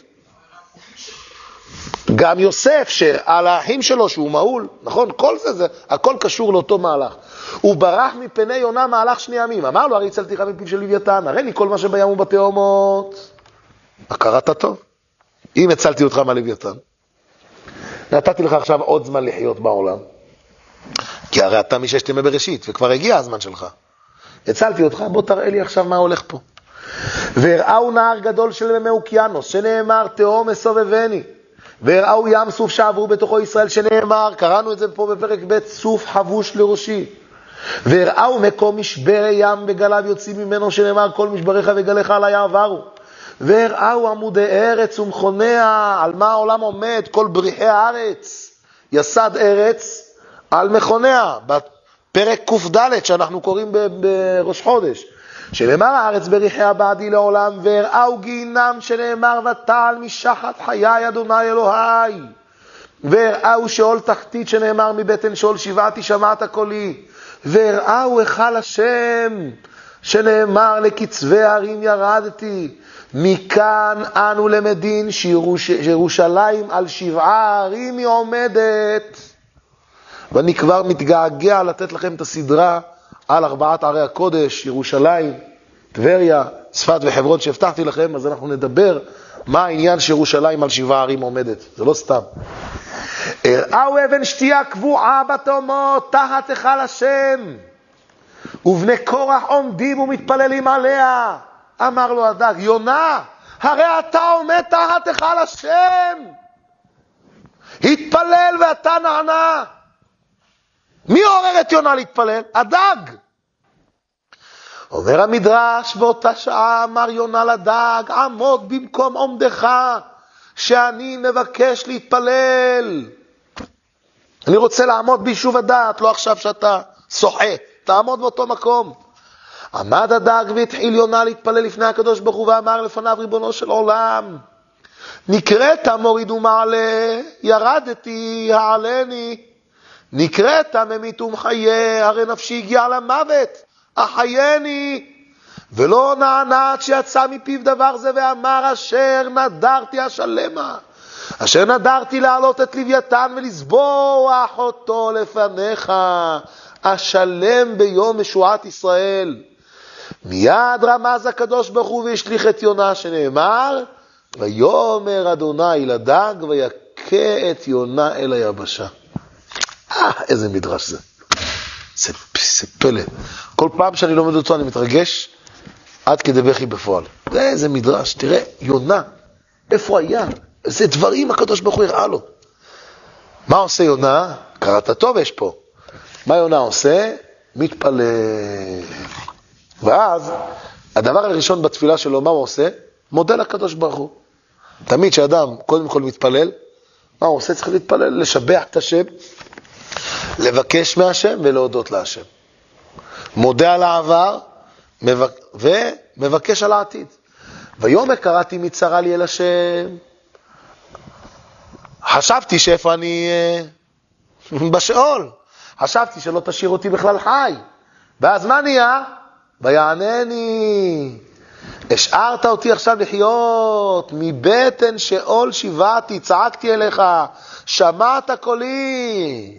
גם יוסף שעל האחים שלו שהוא מעול, נכון? כל זה, הכל קשור לאותו מהלך. הוא ברח מפני יונה מהלך 2 ימים. אמר לו, הרי הצלתיך מפיו של לוויתן, הרי לי כל מה שבים הוא בתאומות. קראת טוב? אם הצלתי אותך מהלוויתן, נתתי לך עכשיו עוד זמן לחיות בעולם. כי הרי אתה מששת ימי בראשית, וכבר הגיע הזמן שלך. הצלתי אותך, בוא תראה לי עכשיו מה הולך פה. והראו נהר גדול של מי אוקיינוס, שנאמר תהום מסובבני. והראו ים סוף שעברו בתוכו ישראל, שנאמר, קראנו את זה פה בפרק ב', סוף חבוש לראשי. והראו מקום משבר ים וגליו יוצאים ממנו, שנאמר כל משבריך וגליך עלי עברו. והראו עמודי ארץ ומכוניה. על מה העולם עומד? כל בריחי הארץ. יסד ארץ על מכוניה. בפרק ק"ד שאנחנו קוראים בראש חודש. שנאמר הארץ בריחיה בעדי לעולם. והראו גיהינם, שנאמר ותעל משחת חיי אדוני אלוהי. והראו שאול תחתית, שנאמר מבטן שאול שבעתי שמעת קולי. והראו היכל השם, שנאמר לקצווי הרים ירדתי. מכאן אנו למדין שירושלים על 7 ערים היא עומדת. ואני כבר מתגעגע לתת לכם את הסדרה על 4 ערי הקודש, ירושלים, טבריה, צפת וחברון שהבטחתי לכם. אז אנחנו נדבר מה העניין שירושלים על 7 ערים עומדת. זה לא סתם. הראו אבן שתייה קבועה בתהומות תחת היכל השם, ובני קורח עומדים ומתפללים עליה. אמר לו הדג, יונה, הרי אתה עומד תחת היכל השם, התפלל ואתה נענה. מי עורר את יונה להתפלל? הדג. אומר המדרש, באותה שעה אמר יונה לדג, עמוד במקום עומדך, שאני מבקש להתפלל. אני רוצה לעמוד ביישוב הדעת, לא עכשיו שאתה שוחה, תעמוד באותו מקום. עמד הדג והתחיל יונה להתפלל לפני הקדוש ברוך הוא, ואמר לפניו, ריבונו של עולם, נקראת מוריד ומעלה, ירדתי העלני. נקראת ממית ומחיה, הרי נפשי הגיעה למוות, החייני. ולא נענה עד שיצא מפיו דבר זה, ואמר אשר נדרתי השלמה, אשר נדרתי להעלות את לוויתן ולסבוח אותו לפניך, השלם ביום משועת ישראל. מיד רמז הקדוש ברוך הוא והשליך את יונה, שנאמר, ויאמר אדוני לדג ויכה את יונה אל היבשה. איזה מדרש זה. זה פלא. כל פעם שאני לומד אותו אני מתרגש עד כדי בכי בפועל. איזה מדרש. תראה, יונה, איפה היה? איזה דברים הקדוש ברוך הוא הראה לו. מה עושה יונה? קראת טוב יש פה. מה יונה עושה? מתפלל. ואז הדבר הראשון בתפילה שלו, מה הוא עושה? מודה לקדוש ברוך הוא. תמיד שאדם קודם כל מתפלל, מה הוא עושה? צריך להתפלל, לשבח את השם, לבקש מהשם ולהודות להשם. מודה על העבר ומבקש על העתיד. ויאמר קראתי מצרה לי אל השם. חשבתי שאיפה אני בשאול. חשבתי שלא תשאיר אותי בכלל חי. ואז מה נהיה? ויענני. השארת אותי עכשיו לחיות. מבטן שאול שבעתי, צעקתי אליך, שמעת קולי.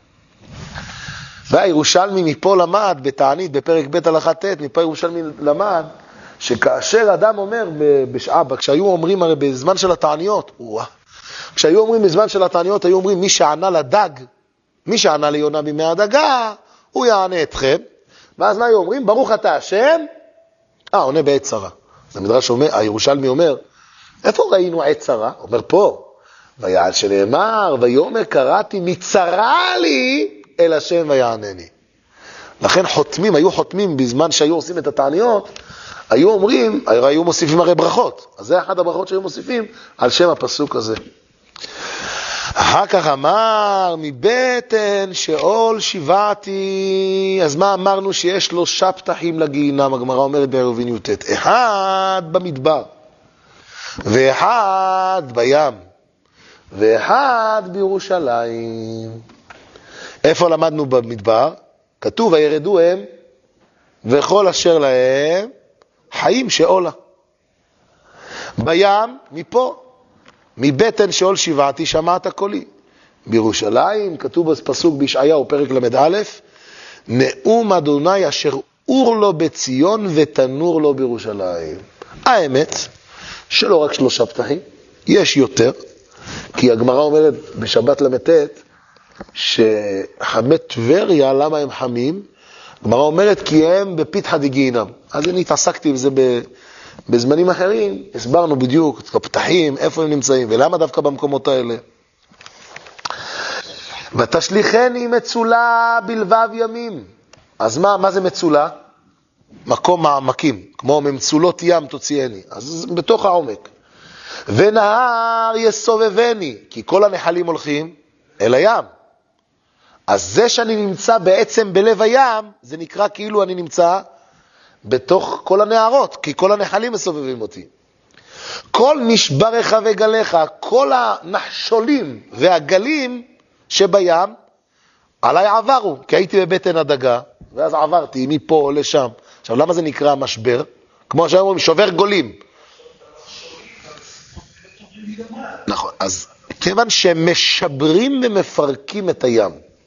והירושלמי מפה למד בתענית בפרק ב' הלכה ט', מפה ירושלמי למד שכאשר אדם אומר בשעה, כשהיו אומרים הרי בזמן של התעניות, כשהיו אומרים בזמן של התעניות, היו אומרים מי שענה לדג, מי שענה ליונה בימי הדגה, הוא יענה אתכם. ואז מה היו אומרים? ברוך אתה השם, עונה בעת צרה. זה מדרש אומר, הירושלמי אומר, איפה ראינו עת צרה? אומר פה, ויעל שנאמר, ויאמר קראתי מצרה לי אל השם ויענני. לכן חותמים, היו חותמים בזמן שהיו עושים את התעניות, היו אומרים, היו מוסיפים הרי ברכות. אז זה אחד הברכות שהיו מוסיפים על שם הפסוק הזה. אחר כך אמר, מבטן שאול שבעתי. אז מה אמרנו? שיש 3 פתחים לגיהינם, הגמרא אומרת בעירובין י"ט. אחד במדבר, ואחד בים, ואחד בירושלים. איפה למדנו במדבר? כתוב, וירדו הם, וכל אשר להם, חיים שאולה. בים, מפה, מבטן שאול שבעתי, שמעת קולי. בירושלים, כתוב בפסוק בישעיהו, פרק למד א', נאום אדוני אשר אור לו בציון ותנור לו בירושלים. האמת, שלא רק 3 פתחים, יש יותר, כי הגמרא אומרת בשבת למד שחמי טבריה, למה הם חמים? הגמרא אומרת כי הם בפתחא דגיהינם. אז אני התעסקתי עם זה בזמנים אחרים, הסברנו בדיוק את הפתחים, איפה הם נמצאים, ולמה דווקא במקומות האלה. ותשליחני מצולה בלבב ימים. אז מה זה מצולה? מקום מעמקים, כמו ממצולות ים תוציאני, אז בתוך העומק. ונהר יסובבני, כי כל הנחלים הולכים אל הים. אז זה שאני נמצא בעצם בלב הים, זה נקרא כאילו אני נמצא בתוך כל הנהרות, כי כל הנחלים מסובבים אותי. כל נשברך וגליך, כל הנחשולים והגלים שבים, עליי עברו, כי הייתי בבטן הדגה, ואז עברתי מפה לשם. עכשיו, למה זה נקרא משבר? כמו שאומרים, שובר גולים. נכון, אז כיוון שהם משברים ומפרקים את הים,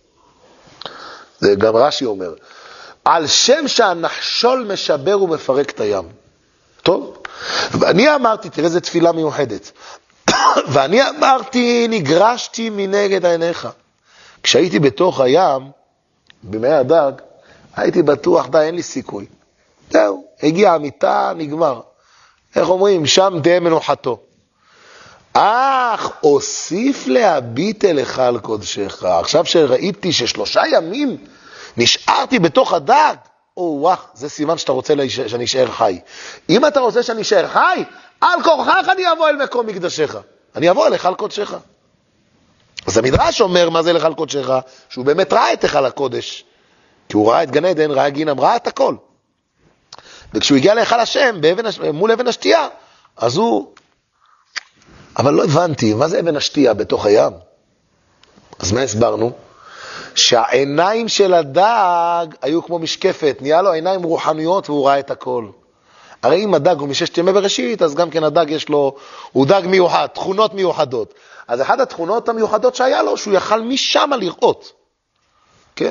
זה גם רש"י אומר, על שם שהנחשול משבר ומפרק את הים. טוב? ואני אמרתי, תראה איזה תפילה מיוחדת, ואני אמרתי, נגרשתי מנגד עיניך. כשהייתי בתוך הים, במי הדג, הייתי בטוח, די, אין לי סיכוי. זהו, הגיע המיטה, נגמר. איך אומרים? שם תהיה מנוחתו. אך אוסיף להביט אליך על קודשך. עכשיו שראיתי ש3 ימים נשארתי בתוך הדג, וואו, זה סימן שאתה רוצה שאני אשאר חי. אם אתה רוצה שאני אשאר חי, על כורחך אני אבוא אל מקום מקדשך. אני אבוא אליך על קודשך. אז המדרש אומר מה זה אליך על קודשך, שהוא באמת ראה את היכל הקודש. כי הוא ראה את גן עדן, ראה גיהנום, ראה את הכל. וכשהוא הגיע להיכל השם, מול אבן השתייה, אז הוא... אבל לא הבנתי, מה זה אבן השתייה בתוך הים? אז מה הסברנו? שהעיניים של הדג היו כמו משקפת, נהיה לו עיניים רוחניות והוא ראה את הכל. הרי אם הדג הוא מששת ימי בראשית, אז גם כן הדג יש לו, הוא דג מיוחד, תכונות מיוחדות. אז אחת התכונות המיוחדות שהיה לו, שהוא יכל משם לראות. כן?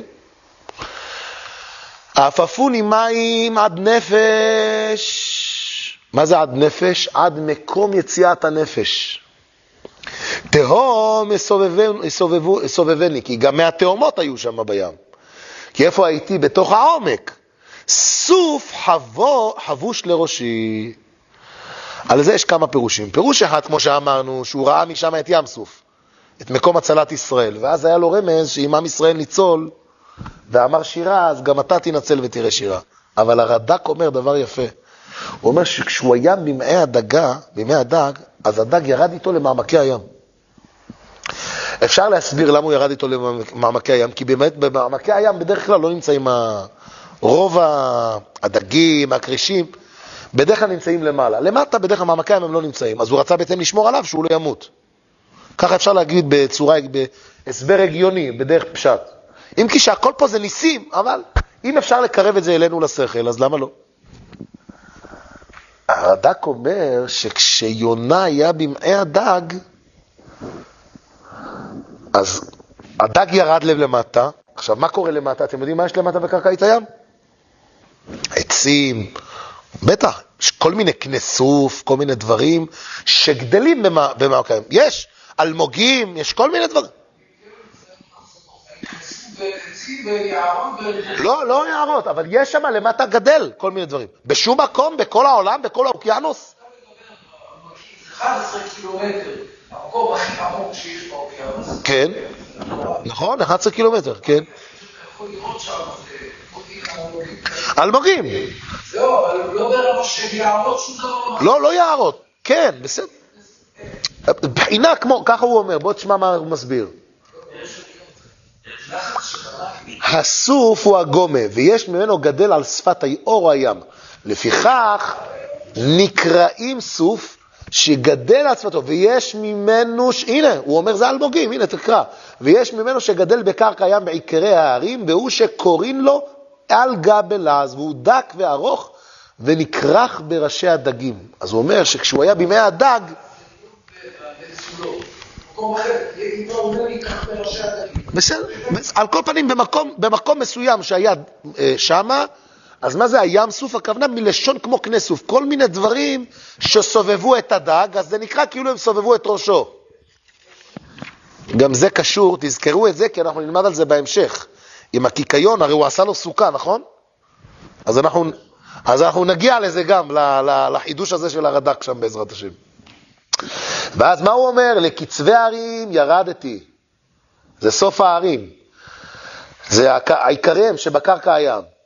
אפפוני מים עד נפש. מה זה עד נפש? עד מקום יציאת הנפש. תהום יסובבני, כי גם מהתהומות היו שם בים. כי איפה הייתי? בתוך העומק. סוף חבוש לראשי. על זה יש כמה פירושים. פירוש אחד, כמו שאמרנו, שהוא ראה משם את ים סוף, את מקום הצלת ישראל. ואז היה לו רמז שאם עם ישראל ניצול, ואמר שירה, אז גם אתה תנצל ותראה שירה. אבל הרד"ק אומר דבר יפה. הוא אומר שכשהוא היה במעי הדג, אז הדג ירד איתו למעמקי הים. אפשר להסביר למה הוא ירד איתו למעמקי הים, כי באמת במעמקי הים בדרך כלל לא נמצאים רוב הדגים, הקרישים, בדרך כלל נמצאים למעלה. למטה בדרך כלל מעמקי הים הם לא נמצאים, אז הוא רצה בעצם לשמור עליו שהוא לא ימות. ככה אפשר להגיד בצורה, בהסבר הגיוני, בדרך פשט. אם כי שהכל פה זה ניסים, אבל אם אפשר לקרב את זה אלינו לשכל, אז למה לא? הרד"ק אומר שכשיונה היה במעי הדג, אז הדג ירד לב למטה. עכשיו, מה קורה למטה? אתם יודעים מה יש למטה בקרקעית הים? עצים, בטח, יש כל מיני כנסוף, כל מיני דברים שגדלים במעמקי הים. יש אלמוגים, יש כל מיני דברים. לא יערות, אבל יש שם למטה גדל כל מיני דברים. בשום מקום, בכל העולם, בכל האוקיינוס. 11 קילומטר, המקום הכי עמוק שיש באוקיינוס. כן, נכון, 11 קילומטר, כן. יכול לראות שם, אלמוגים. זהו, אבל לא ברמה של יערות שום דבר. לא יערות, כן, בסדר. בחינה כמו, ככה הוא אומר, בוא תשמע מה הוא מסביר. הסוף הוא הגומה, ויש ממנו גדל על שפת האור הים. לפיכך נקראים סוף שגדל על שפתו, ויש ממנו, הנה, הוא אומר זה אלמוגים, הנה תקרא, ויש ממנו שגדל בקרקע הים בעיקרי הערים, והוא שקוראים לו על גבי לעז, והוא דק וארוך ונקרח בראשי הדגים. אז הוא אומר שכשהוא היה בימי הדג, בסדר, על כל פנים במקום מסוים שהיה שמה, אז מה זה הים סוף? הכוונה מלשון כמו כני סוף, כל מיני דברים שסובבו את הדג, אז זה נקרא כאילו הם סובבו את ראשו. גם זה קשור, תזכרו את זה, כי אנחנו נלמד על זה בהמשך. עם הקיקיון, הרי הוא עשה לו סוכה, נכון? אז אנחנו נגיע לזה גם, לחידוש הזה של הרד"ק שם בעזרת השם. ואז מה הוא אומר? לקצווי הערים ירדתי. זה סוף הערים. זה העיקריהם שבקרקע הים.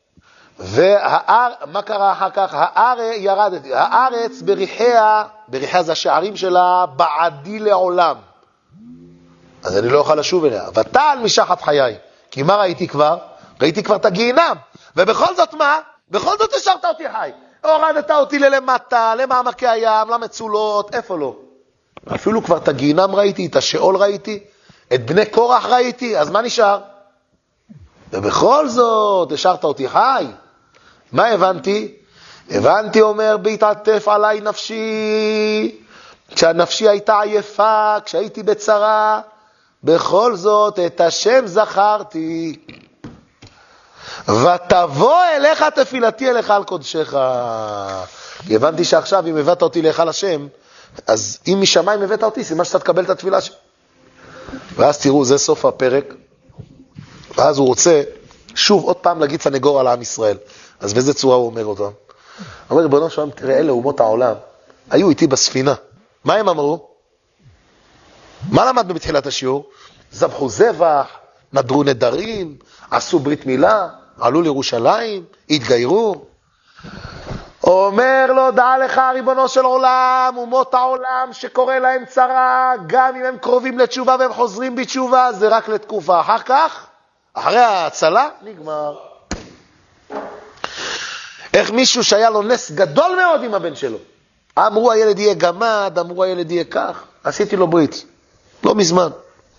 מה קרה אחר כך? הארץ בריחיה זה השערים שלה, בעדי לעולם. אז אני לא אוכל לשוב אליה. ותעל משחת חיי. כי מה ראיתי כבר? ראיתי כבר את הגיהינם. ובכל זאת מה? בכל זאת השארת אותי חי. הורדת אותי ללמטה, למעמקי הים, למצולות, איפה לא? אפילו כבר את הגיהינם ראיתי, את השאול ראיתי, את בני קורח ראיתי, אז מה נשאר? ובכל זאת השארת אותי חי. מה הבנתי? הבנתי, אומר, בהתעטף עליי נפשי, כשהנפשי הייתה עייפה, כשהייתי בצרה, בכל זאת את השם זכרתי. ותבוא אליך תפילתי אליך על קודשך. הבנתי שעכשיו אם הבאת אותי להיכל השם, אז אם משמיים הבאת אותי, סימן שאתה תקבל את התפילה שלי. ואז תראו, זה סוף הפרק. ואז הוא רוצה שוב עוד פעם להגיד סנגור על העם ישראל. אז באיזה צורה הוא אומר אותם? הוא אומר, ריבונו של עולם, תראה, אלה אומות העולם היו איתי בספינה. מה הם אמרו? מה למדנו בתחילת השיעור? זבחו זבח, נדרו נדרים, עשו ברית מילה, עלו לירושלים, התגיירו. אומר לו, דע לך ריבונו של עולם, אומות העולם שקורא להם צרה, גם אם הם קרובים לתשובה והם חוזרים בתשובה, זה רק לתקופה. אחר כך, אחרי ההצלה, נגמר. איך מישהו שהיה לו נס גדול מאוד עם הבן שלו. אמרו הילד יהיה גמד, אמרו הילד יהיה כך. עשיתי לו ברית. לא מזמן.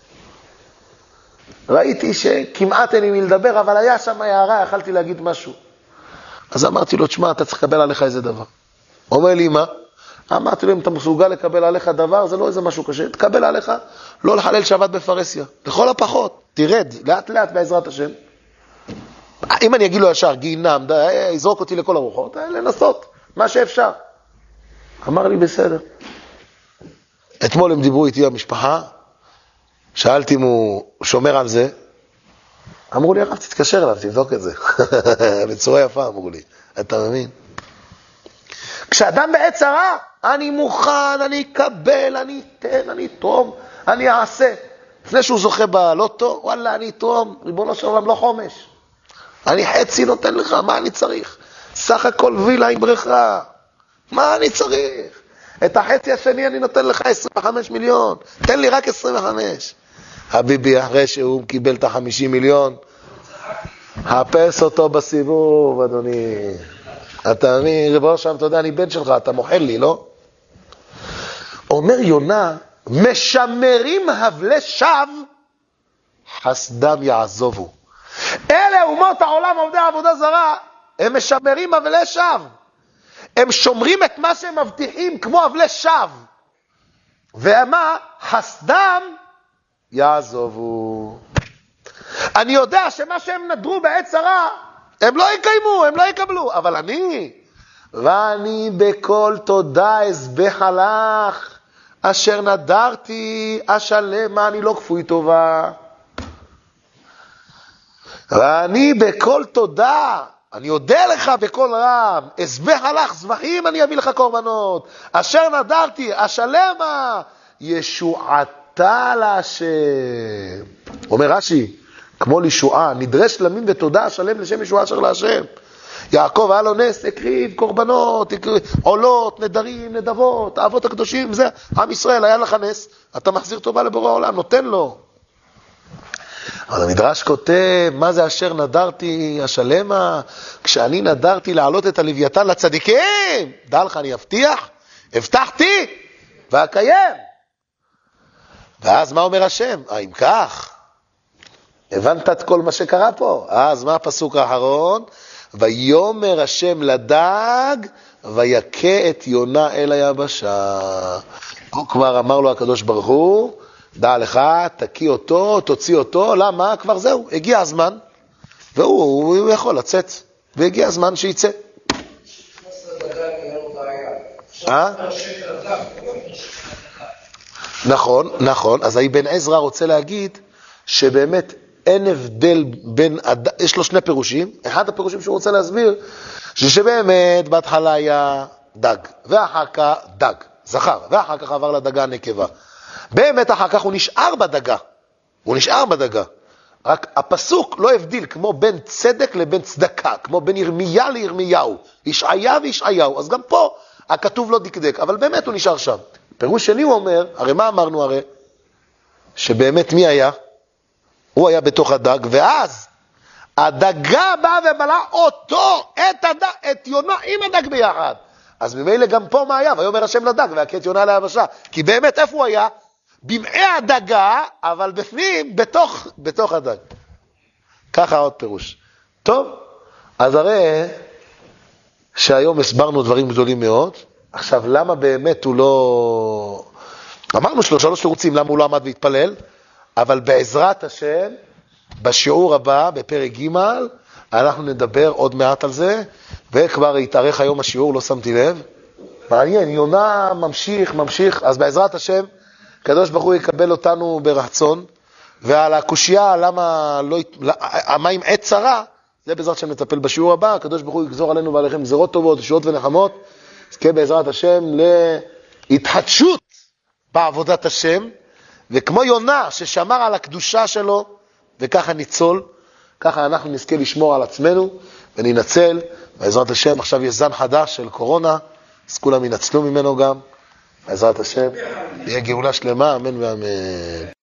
ראיתי שכמעט אין לי מי לדבר, אבל היה שם הערה, יכלתי להגיד משהו. אז אמרתי לו, תשמע, אתה צריך לקבל עליך איזה דבר. אומר לי, מה? אמרתי לו, אם אתה מסוגל לקבל עליך דבר, זה לא איזה משהו קשה. תקבל עליך, לא לחלל שבת בפרסיה. לכל הפחות, תרד, לאט לאט בעזרת השם. אם אני אגיד לו ישר, גיהינם, יזרוק אותי לכל הרוחות, לנסות, מה שאפשר. אמר לי, בסדר. אתמול הם דיברו איתי המשפחה, שאלתי אם הוא שומר על זה, אמרו לי, הרב, תתקשר אליו, תבדוק את זה. בצורה יפה, אמרו לי. אתה מבין? כשאדם בעת צרה, אני מוכן, אני אקבל, אני אתן, אני אתרום, אני אעשה. לפני שהוא זוכה בלוטו, וואלה, אני אתרום, ריבונו של עולם, לא חומש. אני חצי נותן לך, מה אני צריך? סך הכל וילה עם בריכה. מה אני צריך? את החצי השני אני נותן לך 25 מיליון. תן לי רק 25. הביבי, אחרי שהוא קיבל את ה50 מיליון, חפש אותו בסיבוב, אדוני. אתה מבין, ריבונו שם, אתה יודע, אני בן שלך, אתה מוחל לי, לא? אומר יונה, משמרים הבלי שווא, חסדם יעזובו. אלה אומות העולם, עובדי עבודה זרה, הם משמרים הבלי שווא. הם שומרים את מה שהם מבטיחים כמו הבלי שווא. ומה? חסדם יעזובו. אני יודע שמה שהם נדרו בעת צרה, הם לא יקיימו, הם לא יקבלו. אבל ואני בכל תודה אזבח לך, אשר נדרתי, אשלמה, אני לא כפוי טובה. ואני בכל תודה, אני יודע לך בכל רם, אזבח לך זבחים, אני אביא לך קורבנות. אשר נדרתי, אשלמה, ישועתה להשם. אומר רש"י, כמו לישועה, נדרש למין ותודה אשלם לשם ישועה אשר להשם. יעקב היה לו נס, הקריב קורבנות, עולות, נדרים, נדבות, האבות הקדושים, זה, עם ישראל היה לך נס, אתה מחזיר טובה לבורא העולם, נותן לו. אבל המדרש כותב, מה זה אשר נדרתי אשלמה? כשאני נדרתי להעלות את הלוויתן לצדיקים, דע לך, אני אבטיח, הבטחתי, ואקיים. ואז מה אומר השם? אם כך, הבנת את כל מה שקרה פה. אז מה הפסוק האחרון? ויומר השם לדג, ויקה את יונה אל היבשה. הוא כבר אמר לו הקדוש ברוך הוא, דע לך, תקיא אותו, תוציא אותו, למה? כבר זהו, הגיע הזמן, והוא יכול לצאת, והגיע הזמן שיצא. נכון, נכון, אז בן עזרא רוצה להגיד, שבאמת אין הבדל בין, יש לו שני פירושים, אחד הפירושים שהוא רוצה להסביר, שבאמת בהתחלה היה דג, ואחר כך דג, זכר, ואחר כך עבר לדגה נקבה. באמת אחר כך הוא נשאר בדגה, רק הפסוק לא הבדיל כמו בין צדק לבין צדקה, כמו בין ירמיה לירמיהו, ישעיה וישעיהו, אז גם פה הכתוב לא דקדק, אבל באמת הוא נשאר שם. פירוש שני הוא אומר, הרי מה אמרנו הרי? שבאמת מי היה? הוא היה בתוך הדג, ואז הדגה באה ובלעה אותו, את יונה עם הדג ביחד. אז ממילא גם פה מה היה? ויאמר השם לדג, והכה את יונה ליבשה. כי באמת איפה הוא היה? במעי הדגה, אבל בפנים, בתוך הדג. ככה עוד פירוש. טוב, אז הרי שהיום הסברנו דברים גדולים מאוד. עכשיו, למה באמת הוא לא... אמרנו שלוש תירוצים, למה הוא לא עמד והתפלל, אבל בעזרת השם, בשיעור הבא, בפרק ג', אנחנו נדבר עוד מעט על זה, וכבר יתארך היום השיעור, לא שמתי לב. מעניין, יונה ממשיך, אז בעזרת השם, הקדוש ברוך הוא יקבל אותנו ברצון, ועל הקושיה, למה לא... מה עם עת צרה, זה בעזרת השם נטפל בשיעור הבא, הקדוש ברוך הוא יגזור עלינו ועליכם גזירות טובות, ישועות ונחמות, זכה בעזרת השם להתחדשות בעבודת השם, וכמו יונה ששמר על הקדושה שלו, וככה ניצול, ככה אנחנו נזכה לשמור על עצמנו, וננצל, בעזרת השם, עכשיו יש זן חדש של קורונה, אז כולם ינצלו ממנו גם, בעזרת השם, יהיה גאולה שלמה, אמן ואמן.